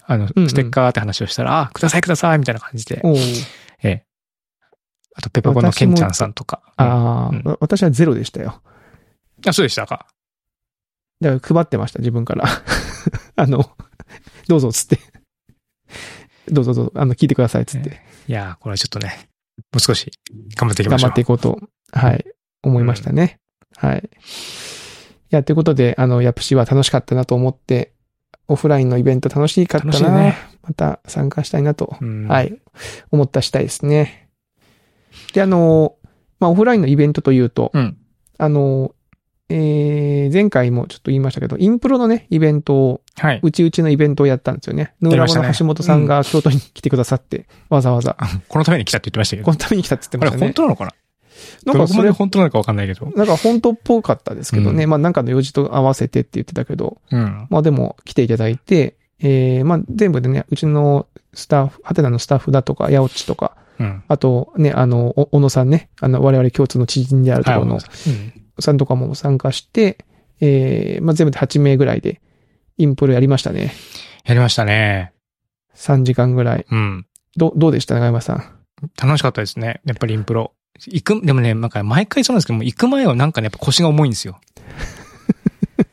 Speaker 1: あの、ステッカーって話をしたら、うんうん、あ、くださいくださいみたいな感じで。ええ。あと、ペパボのケンちゃんさんとか。
Speaker 2: ああ、うん、私はゼロでしたよ。
Speaker 1: あ、そうでしたか。
Speaker 2: だから配ってました、自分から。あの、どうぞ、つって。どうぞどうぞ、あの、聞いてください、つって。
Speaker 1: いやー、これはちょっとね、もう少し頑張っていきましょう。
Speaker 2: 頑張っていこうと、はい、思いましたね。うん、はい。いや、ということで、あの、ヤプシは楽しかったなと思って、オフラインのイベント楽しかったな。楽しいね。また参加したいなと、うん、はい、思った次第ですね。で、あの、まあ、オフラインのイベントというと、うん、あの、えー、前回もちょっと言いましたけど、インプロのね、イベントを、はい、うちうちのイベントをやったんですよね。ヌーラボの橋本さんが京都に来てくださって、うん、わざわざ。
Speaker 1: このために来たって言ってましたけど。
Speaker 2: このために来たって言ってましたね。
Speaker 1: あれ本当なのかな？なんかそれ本当なのかわかんないけど。
Speaker 2: なんか本当っぽかったですけどね。うん、まあなんかの用事と合わせてって言ってたけど。うん、まあでも来ていただいて、えー、まあ全部でね、うちのスタッフ、ハテナのスタッフだとか、ヤオッチとか、うん、あとね、あの、小野さんね、あの、我々共通の知人であるところの、さんとかも参加して、えー、まあ全部ではちめいぐらいで、インプロやりましたね。
Speaker 1: やりましたね。
Speaker 2: さんじかんぐらい。うん。ど、どうでした長山さん。
Speaker 1: 楽しかったですね。やっぱりインプロ。行く、でもね、なんか毎回そうなんですけども、行く前はなんかね、やっぱ腰が重いんですよ。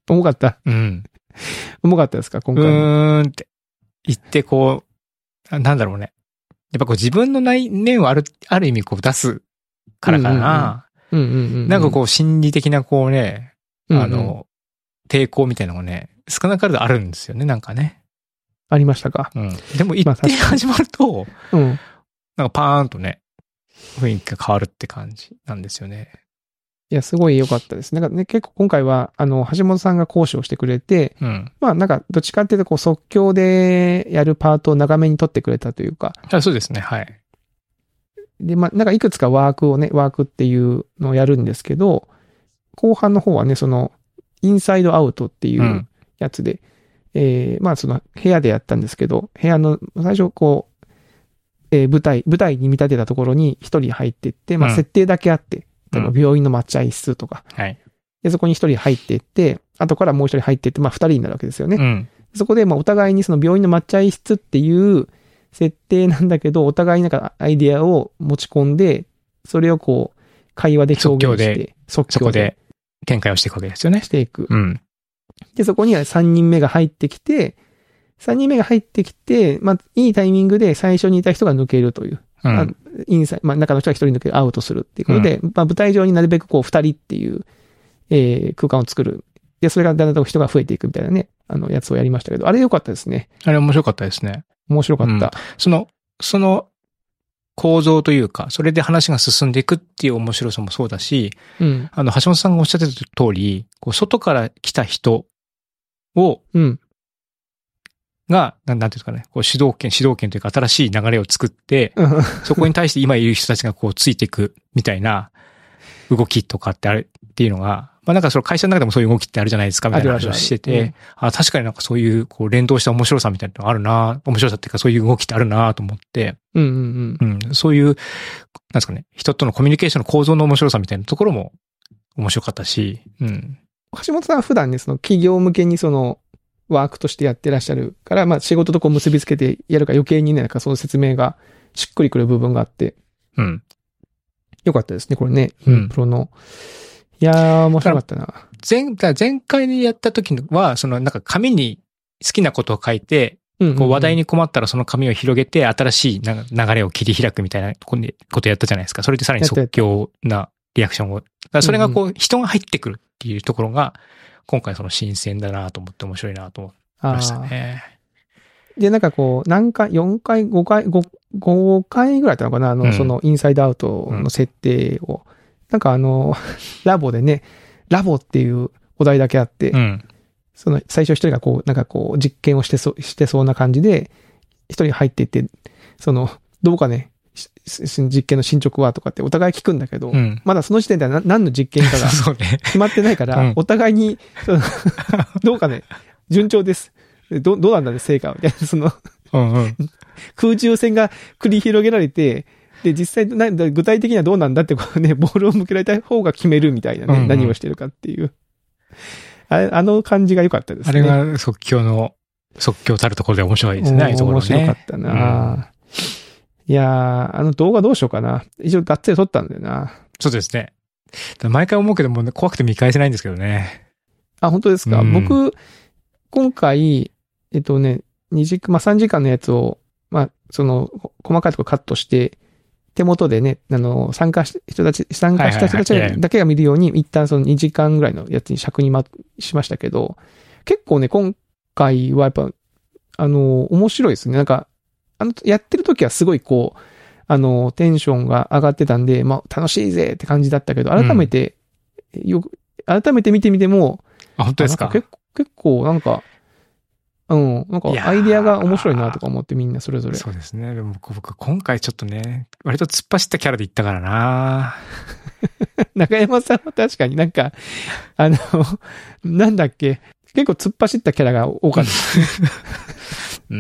Speaker 2: 重かった。
Speaker 1: うん。
Speaker 2: 重かったですか、今回。
Speaker 1: うーんって言ってこう、なんだろうね。やっぱこう自分の内面をある、ある意味こう出すからかな。
Speaker 2: うんうんうん。
Speaker 1: なんかこう心理的なこうね、あの、うんうん、抵抗みたいなのがね、少なからずあるんですよね、なんかね。
Speaker 2: ありましたか。
Speaker 1: うん。でも一定始まると、
Speaker 2: うん。
Speaker 1: なんかパーンとね、雰囲気が変わるって感じなんですよね。
Speaker 2: いや、すごい良かったです。なんかね、結構今回は、あの、橋本さんが講師をしてくれて、うん、まあなんか、どっちかっていうと、こう、即興でやるパートを長めに取ってくれたというか。
Speaker 1: あ、そうですね、はい。
Speaker 2: で、まあ、なんかいくつかワークをね、ワークっていうのをやるんですけど、後半の方はね、その、インサイドアウトっていうやつで、うん、えー、まあその、部屋でやったんですけど、部屋の、最初こう、えー、舞台、舞台に見立てたところに一人入っていって、まあ設定だけあって、うん例えば病院の待合室とか。
Speaker 1: うん、はい。
Speaker 2: で、そこに一人入っていって、後からもう一人入っていって、まあ二人になるわけですよね。
Speaker 1: うん。
Speaker 2: そこで、まあお互いにその病院の待合室っていう設定なんだけど、お互いなんかアイディアを持ち込んで、それをこう、会話で表現して、
Speaker 1: 即興で、そこで展開をしていくわけですよね。
Speaker 2: していく。
Speaker 1: うん。
Speaker 2: で、そこには三人目が入ってきて、三人目が入ってきて、まあ、いいタイミングで最初にいた人が抜けるという。うんまあ、インサイまあ、中の人が一人抜ける、アウトするっていうことで、うん、まあ、舞台上になるべくこう二人っていう、えー、空間を作る。で、それがだんだん人が増えていくみたいなね、あの、やつをやりましたけど、あれ良かったですね。
Speaker 1: あれ面白かったですね。
Speaker 2: 面白かった。うん、
Speaker 1: その、その構造というか、それで話が進んでいくっていう面白さもそうだし、うん、あの、橋本さんがおっしゃってた通り、こう外から来た人を、うん、が、なん、なんていうんですかね、こう主導権、主導権というか新しい流れを作って、そこに対して今いる人たちがこうついていくみたいな動きとかってあれっていうのが、まあなんかその会社の中でもそういう動きってあるじゃないですかみたいな話をしてて、あ, あ, あ, うん、あ確かになんかそういうこう連動した面白さみたいなのがあるな、面白さっていうかそういう動きってあるなと思って、
Speaker 2: うんうんうん。
Speaker 1: うん、そういう、なんですかね、人とのコミュニケーションの構造の面白さみたいなところも面白かったし、うん。
Speaker 2: 橋本さんは普段ね、その企業向けにその、ワークとしてやってらっしゃるから、まあ仕事とこう結びつけてやるから余計にね、なんかその説明がしっくりくる部分があって。
Speaker 1: うん。
Speaker 2: よかったですね、これね。うん。プロの。いやー、面白かったな。
Speaker 1: 前、前回にやった時は、そのなんか紙に好きなことを書いて、うんうんうん、こう話題に困ったらその紙を広げて新しい流れを切り開くみたいなことやったじゃないですか。それでさらに即興なリアクションを。それがこう人が入ってくるっていうところが、今回その新鮮だなと思って面白いなと思いましたね。
Speaker 2: で、なんかこう、何回、よんかい、ごかい、ご、ごかいぐらいだったのかなあの、うん、そのインサイドアウトの設定を。うん、なんかあの、ラボでね、ラボっていうお題だけあって、うん、その最初一人がこう、なんかこう、実験をしてそ、してそうな感じで、一人入っていって、その、どうかね、実験の進捗はとかってお互い聞くんだけど、うん、まだその時点では何の実験かが決まってないから、ねうん、お互いに、どうかね、順調です。ど、どうなんだね、成果みたいな、そのうん、うん、空中戦が繰り広げられて、で、実際な、具体的にはどうなんだってこうね、ボールを向けられた方が決めるみたいなね、うんうん、何をしてるかっていう。あれ、あの感じが良かったですね。
Speaker 1: あれが即興の、即興たるところで面白いですね、ああいうところね。
Speaker 2: 面白かったな、うんいやー、あの動画どうしようかな。一応がっつり撮ったんだよな。
Speaker 1: そうですね。毎回思うけども、ね、怖くて見返せないんですけどね。
Speaker 2: あ、本当ですか、うん、僕、今回、えっとね、にじかん、まあ、さんじかんのやつを、まあ、その、細かいところカットして、手元でね、あの、参加した人たち、参加した人たちだけが見るように、一旦そのにじかんぐらいのやつに尺にま、しましたけど、結構ね、今回はやっぱ、あの、面白いですね。なんか、あの、やってる時はすごいこう、あの、テンションが上がってたんで、まあ、楽しいぜって感じだったけど、改めて、うん、よく、改めて見てみても、
Speaker 1: あ、本当ですか？
Speaker 2: 結構、結構なんか、うん、なんかアイディアが面白いなとか思ってみんなそれぞれ。
Speaker 1: そうですね。でも僕、今回ちょっとね、割と突っ走ったキャラでいったからな
Speaker 2: 中山さんは確かになんか、あの、なんだっけ、結構突っ走ったキャラが多かったですね。
Speaker 1: うん。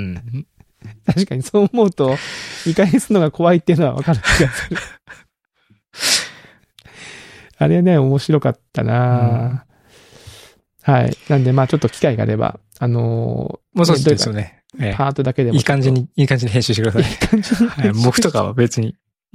Speaker 2: 確かにそう思うと、見返すのが怖いっていうのは分かる気がする。あれね、面白かったな、うん、はい。なんで、まあちょっと機会があれば、あのー、
Speaker 1: もうそうですよね。
Speaker 2: パートだけでも。
Speaker 1: いい感じに、いい感じに編集してください。いい感じに。はい。僕とかは別に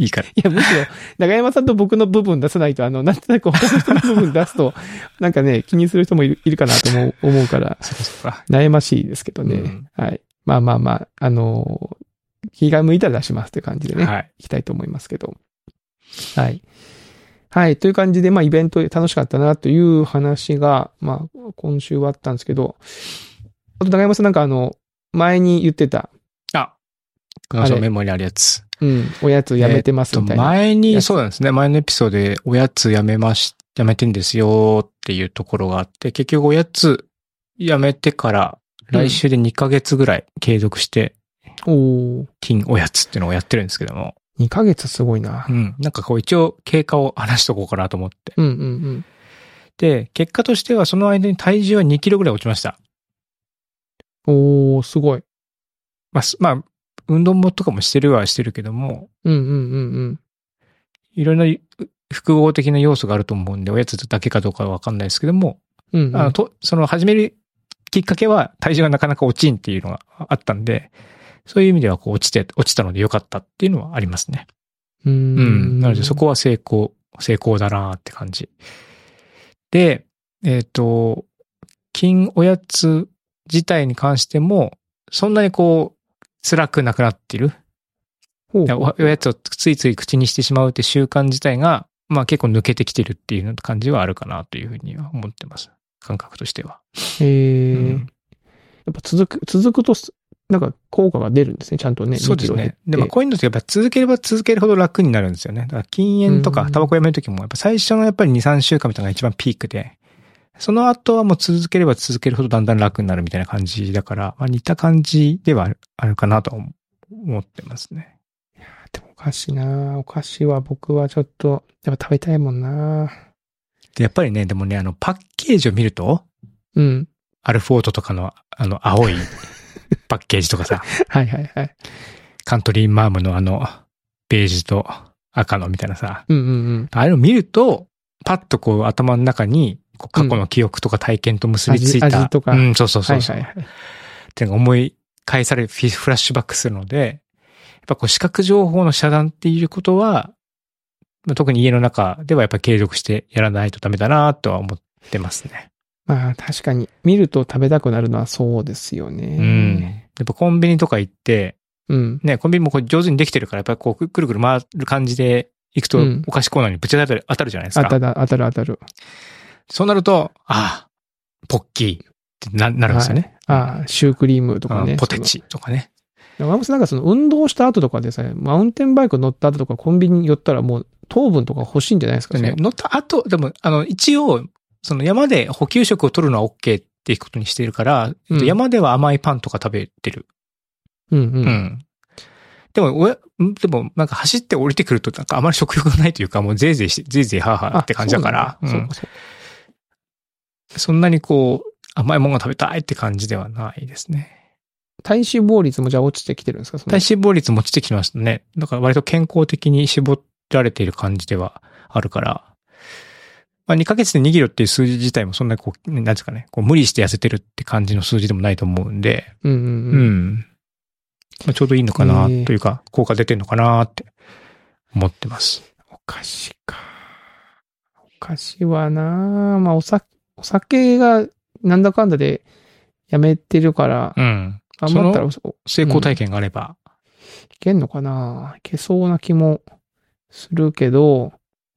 Speaker 1: いいから。
Speaker 2: いや、むしろ、長山さんと僕の部分出さないと、あの、なんとなく他の人の部分出すと、なんかね、気にする人もいるいるかなと思う思うから、悩ましいですけどね。うん、はい。まあまあまあ、あの、気が向いたら出しますって感じでね、はい、いきたいと思いますけど。はい。はい。という感じで、まあ、イベント楽しかったなという話が、まあ、今週はあったんですけど、あと、長山さんなんかあの、前に言ってた。
Speaker 1: あ、このメモにあるやつ。
Speaker 2: うん。おやつやめてますみたいな。
Speaker 1: 前に、そうなんですね。前のエピソードで、おやつやめまし、やめてんですよっていうところがあって、結局おやつやめてから、来週でにかげつぐらい継続して、
Speaker 2: うん、お
Speaker 1: 金おやつっていうのをやってるんですけども。
Speaker 2: にかげつすごいな。
Speaker 1: うん。なんかこう一応経過を話しとこうかなと思って。
Speaker 2: うんうんうん。
Speaker 1: で、結果としてはその間に体重はにキロぐらい落ちました。
Speaker 2: おー、すごい。
Speaker 1: まあ、まあ、運動もとかもしてるはしてるけども。
Speaker 2: うんうんうんうん。
Speaker 1: いろんな複合的な要素があると思うんで、おやつだけかどうかはわかんないですけども。
Speaker 2: うん、うん。
Speaker 1: あの、と、その始めるきっかけは体重がなかなか落ちんっていうのがあったんで、そういう意味ではこう落ちて、落ちたのでよかったっていうのはありますね。
Speaker 2: うーん。
Speaker 1: うん。なのでそこは成功、成功だなって感じ。で、えっと、金おやつ自体に関しても、そんなにこう、辛くなくなっている。
Speaker 2: ほうほうほう。
Speaker 1: おやつをついつい口にしてしまうって習慣自体が、まあ結構抜けてきてるっていう感じはあるかなというふうには思ってます。感覚としては。
Speaker 2: へえ、うん。やっぱ続く、続くと、なんか効果が出るんですね、ちゃんとね。
Speaker 1: そうですね。でもこういうのってやっぱ続ければ続けるほど楽になるんですよね。だから禁煙とかタバコやめるときもやっぱ最初のやっぱりに、さんしゅうかんみたいなのが一番ピークで、その後はもう続ければ続けるほどだんだん楽になるみたいな感じだから、まあ似た感じではあるかなと思ってますね。
Speaker 2: いやでもお菓子なお菓子は僕はちょっと、やっぱ食べたいもんな
Speaker 1: で、やっぱりね、でもね、あのパッケージを見ると、
Speaker 2: うん。
Speaker 1: アルフォートとかのあの青いパッケージとかさ。
Speaker 2: はいはいはい。
Speaker 1: カントリーマームのあの、ベージュと赤のみたいなさ。
Speaker 2: うんうんうん。
Speaker 1: あれを見ると、パッとこう頭の中に、こう過去の記憶とか体験と結びついた。
Speaker 2: うん、味, 味とか。
Speaker 1: うん、そうそうそうそう。
Speaker 2: はいはいはい。
Speaker 1: っていうのが思い返される、フラッシュバックするので、やっぱこう視覚情報の遮断っていうことは、特に家の中ではやっぱ継続してやらないとダメだなとは思ってますね。
Speaker 2: まあ確かに、見ると食べたくなるのはそうですよね。
Speaker 1: うん。やっぱコンビニとか行って、
Speaker 2: うん。
Speaker 1: ね、コンビニもこう上手にできてるから、やっぱりこうくるくる回る感じで行くと、お菓子コーナーにぶち当たる、当たるじゃないですか。
Speaker 2: 当たる、当たる当たる。
Speaker 1: そうなると、ああ、ポッキーってな、なるんですよね。
Speaker 2: はい、ああ、シュークリームとかね。
Speaker 1: ポテチとかね。
Speaker 2: なんかその運動した後とかでさ、マウンテンバイク乗った後とかコンビニに寄ったらもう糖分とか欲しいんじゃないですか
Speaker 1: ね。乗った後、でも、あの、一応、その山で補給食を取るのは OK っていうことにしてるから、うん、山では甘いパンとか食べてる。
Speaker 2: うんうん。うん。
Speaker 1: でも、でも、なんか走って降りてくると、なんかあまり食欲がないというか、もうぜいぜいして、ぜいぜいはーはーって感じだから。
Speaker 2: そうそうそう。
Speaker 1: そんなにこう、甘いものが食べたいって感じではないですね。
Speaker 2: 体脂肪率もじゃあ落ちてきてるんですか？
Speaker 1: 体脂肪率も落ちてきましたね。だから割と健康的に絞られている感じではあるから。まあにかげつでにキロっていう数字自体もそんなこう、なんですかね、こう無理して痩せてるって感じの数字でもないと思うんで。
Speaker 2: うんうんうん。うん。
Speaker 1: まあ、ちょうどいいのかな、というか、効果出てるのかなって思ってます。
Speaker 2: お菓子か。お菓子はなまあお酒、お酒がなんだかんだでやめてるから。
Speaker 1: うん。
Speaker 2: 頑張ったら
Speaker 1: 成功体験があれば。
Speaker 2: うん、いけんのかないけそうな気もするけど、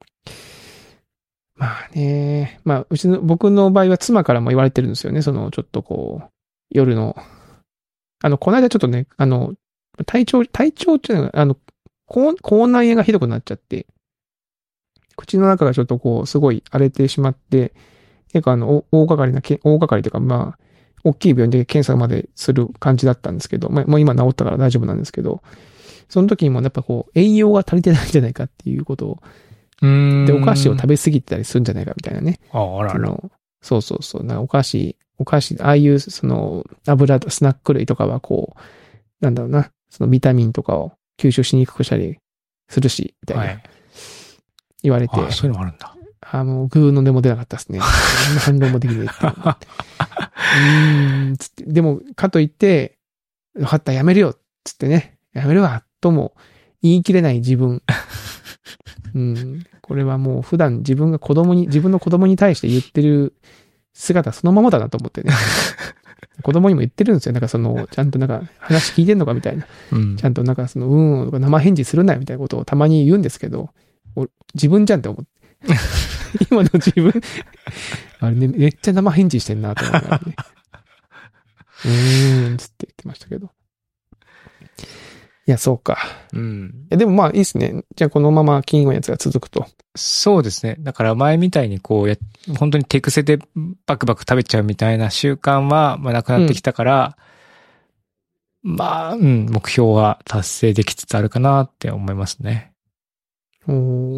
Speaker 2: まあね、まあ、うちの、僕の場合は妻からも言われてるんですよね。その、ちょっとこう、夜の、あの、この間ちょっとね、あの、体調、体調っていうのが、あの、口内炎がひどくなっちゃって、口の中がちょっとこう、すごい荒れてしまって、結構あの、大掛かりな、大掛かりというか、まあ、大きい病院で検査までする感じだったんですけど、まあ、もう今治ったから大丈夫なんですけど、その時にもやっぱこう、栄養が足りてないんじゃないかっていうことを、で、お菓子を食べ過ぎてたりするんじゃないかみたいなね。
Speaker 1: ああ、あらあら。
Speaker 2: そうそうそう。なんかお菓子、お菓子、ああいうその油、スナック類とかはこう、なんだろうな、そのビタミンとかを吸収しにくくしたりするし、みたいな。はい、言われて。
Speaker 1: ああ、そういうのもあるんだ。
Speaker 2: ああ、もうグーの音も出なかったですね。そんな反論もできないっていう。うーん、つって。でも、かといって、よかった、やめるよ、つってね。やめるわ、とも言い切れない自分。うん。これはもう普段自分が子供に、自分の子供に対して言ってる姿そのままだなと思ってね。子供にも言ってるんですよ。なんかその、ちゃんとなんか話聞いてんのかみたいな。うん、ちゃんとなんかその、うんとか生返事するなよみたいなことをたまに言うんですけど、自分じゃんって思って。今の自分、あれね、めっちゃ生返事してんなと思って、ね。うーん、つって言ってましたけど。いや、そうか。うん。いや、でもまあいいですね。じゃあこのまま金曜のやつが続くと。
Speaker 1: そうですね。だから前みたいにこうや、本当に手癖でバクバク食べちゃうみたいな習慣は、まあなくなってきたから、うん、まあ、うん、目標は達成できつつあるかなって思いますね。
Speaker 2: おー。うん。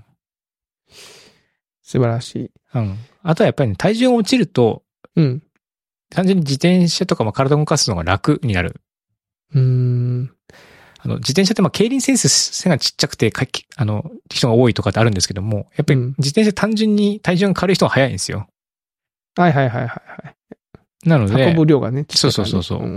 Speaker 2: 素晴らしい。
Speaker 1: うん。あとはやっぱりね、体重が落ちると、うん。単純に自転車とかも体を動かすのが楽になる。
Speaker 2: うーん。
Speaker 1: あの、自転車ってまあ、競輪センス背がちっちゃくて、あの、人が多いとかってあるんですけども、やっぱり自転車単純に体重が軽い人が速いんですよ。
Speaker 2: はいはいはいはいはい。
Speaker 1: なので。
Speaker 2: 運ぶ量がね。
Speaker 1: そうそうそうそう。うん。うん、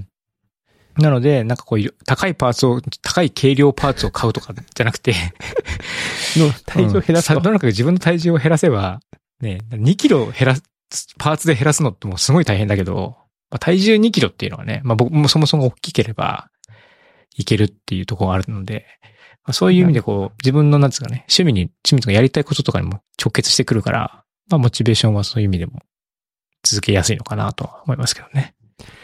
Speaker 1: なので、なんかこう、高いパーツを、高い軽量パーツを買うとかじゃなくて
Speaker 2: の体重を減らすと、
Speaker 1: うん。とにかく自分の体重を減らせば、ね、にキロ減らす、パーツで減らすのってもうすごい大変だけど、まあ、体重にキロっていうのはね、まあ僕もそもそも大きければ、いけるっていうところがあるので、まあ、そういう意味でこう、自分のなんつうかね、趣味に、趣味とかやりたいこととかにも直結してくるから、まあモチベーションはそういう意味でも続けやすいのかなとは思いますけどね。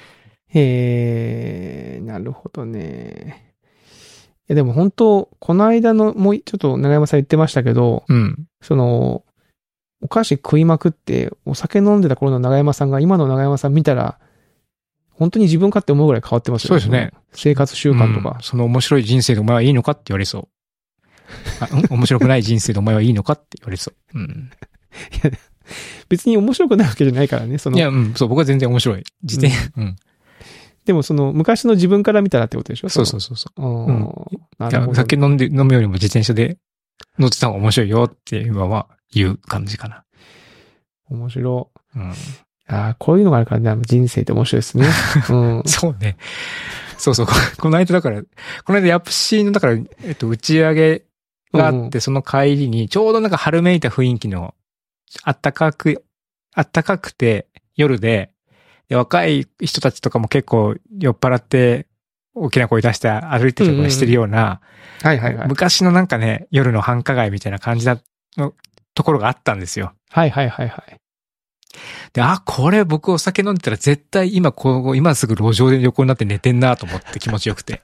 Speaker 2: へー、なるほどね。いやでも本当、この間の、もうちょっと長山さん言ってましたけど、うん。その、お菓子食いまくってお酒飲んでた頃の長山さんが今の長山さん見たら、本当に自分かって思うぐらい変わってますよね。
Speaker 1: そうですね。
Speaker 2: 生活習慣とか、
Speaker 1: うん。その面白い人生でお前はいいのかって言われそう。あ、うん、面白くない人生でお前はいいのかって言われそう。うん。
Speaker 2: いや、別に面白くないわけじゃないからね。その
Speaker 1: いや、うん、そう、僕は全然面白い。自転、うん。うん、
Speaker 2: でもその昔の自分から見たらってことでしょ。
Speaker 1: そうそうそうそう。
Speaker 2: うん。
Speaker 1: なるほど。酒飲んで、飲むよりも自転車で乗ってた方が面白いよって今は言う感じかな。
Speaker 2: 面白い。うん。ああ、こういうのがあるからね、人生って面白いですね。うん。
Speaker 1: そうね。そうそう。この間だから、この間ヤプシーの、だから、えっと、打ち上げがあって、うんうん、その帰りに、ちょうどなんか春めいた雰囲気の、あったかく、あったかくて、夜で、で、若い人たちとかも結構酔っ払って、大きな声出して歩いてとかしてるような、
Speaker 2: はいはいはい。
Speaker 1: 昔のなんかね、夜の繁華街みたいな感じのところがあったんですよ。
Speaker 2: はいはいはいはい。
Speaker 1: で、あ、これ僕お酒飲んでたら絶対今こう、今すぐ路上で横になって寝てんなと思って気持ちよくて。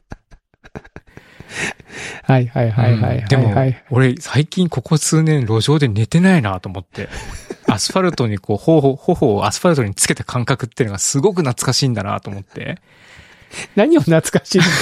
Speaker 2: はいはいはいはい、うん。
Speaker 1: でも、俺最近ここ数年路上で寝てないなと思って。アスファルトにこう、頬、頬をアスファルトにつけた感覚っていうのがすごく懐かしいんだなと思って。
Speaker 2: 何を懐かしいの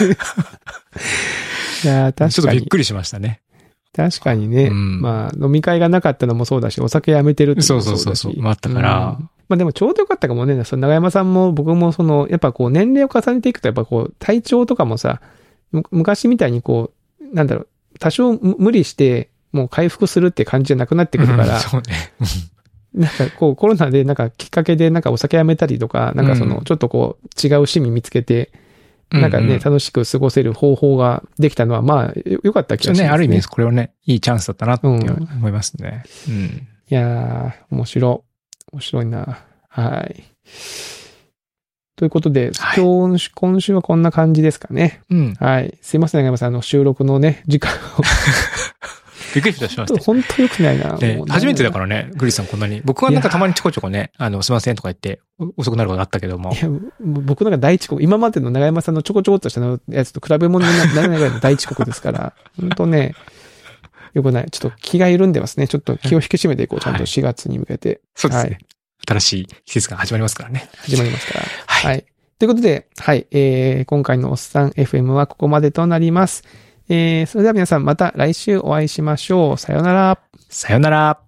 Speaker 2: いや確かに。
Speaker 1: ちょっとびっくりしましたね。
Speaker 2: 確かにね。うん、まあ、飲み会がなかったのもそうだし、お酒やめてるっていうのもそうだし。
Speaker 1: そうそうそう。あったから、
Speaker 2: うん。まあでもちょうどよかったかもね。その長山さんも僕もその、やっぱこう年齢を重ねていくと、やっぱこう体調とかもさ、昔みたいにこう、なんだろう、多少無理して、もう回復するって感じじゃなくなってくるから。うん、
Speaker 1: そうね。
Speaker 2: なんかこうコロナでなんかきっかけでなんかお酒やめたりとか、なんかそのちょっとこう違う趣味見つけて、なんかね、うんうん、楽しく過ごせる方法ができたのは、まあ、よかった気がしますね。
Speaker 1: ね、ある意味これはね、いいチャンスだったなって思いますね。うん。うん、
Speaker 2: いやー、面白い。面白いな。はい。ということで、はい、今週、今週はこんな感じですかね。うん。はい。すいません、長山さん、あの、収録のね、時間を。
Speaker 1: びっくりしました。
Speaker 2: 本当良くないな。
Speaker 1: ね、初めてだからね、グリさんこんなに。僕はなんかたまにちょこちょこね、あの、すいませんとか言って遅くなることあったけども。
Speaker 2: いや、僕なんか大遅刻、今までの長山さんのちょこちょこっとしたのやつと比べ物にならないぐらいの大遅刻ですから、本当ね、良くない。ちょっと気が緩んでますね。ちょっと気を引き締めていこう。ちゃんとしがつに向けて。はい、
Speaker 1: そうですね、はい。新しい季節が始まりますからね。
Speaker 2: 始まりますから。はい。はい。ということで、はい、えー、今回のおっさん エフエム はここまでとなります。えー、それでは皆さんまた来週お会いしましょう。さよなら。
Speaker 1: さよなら。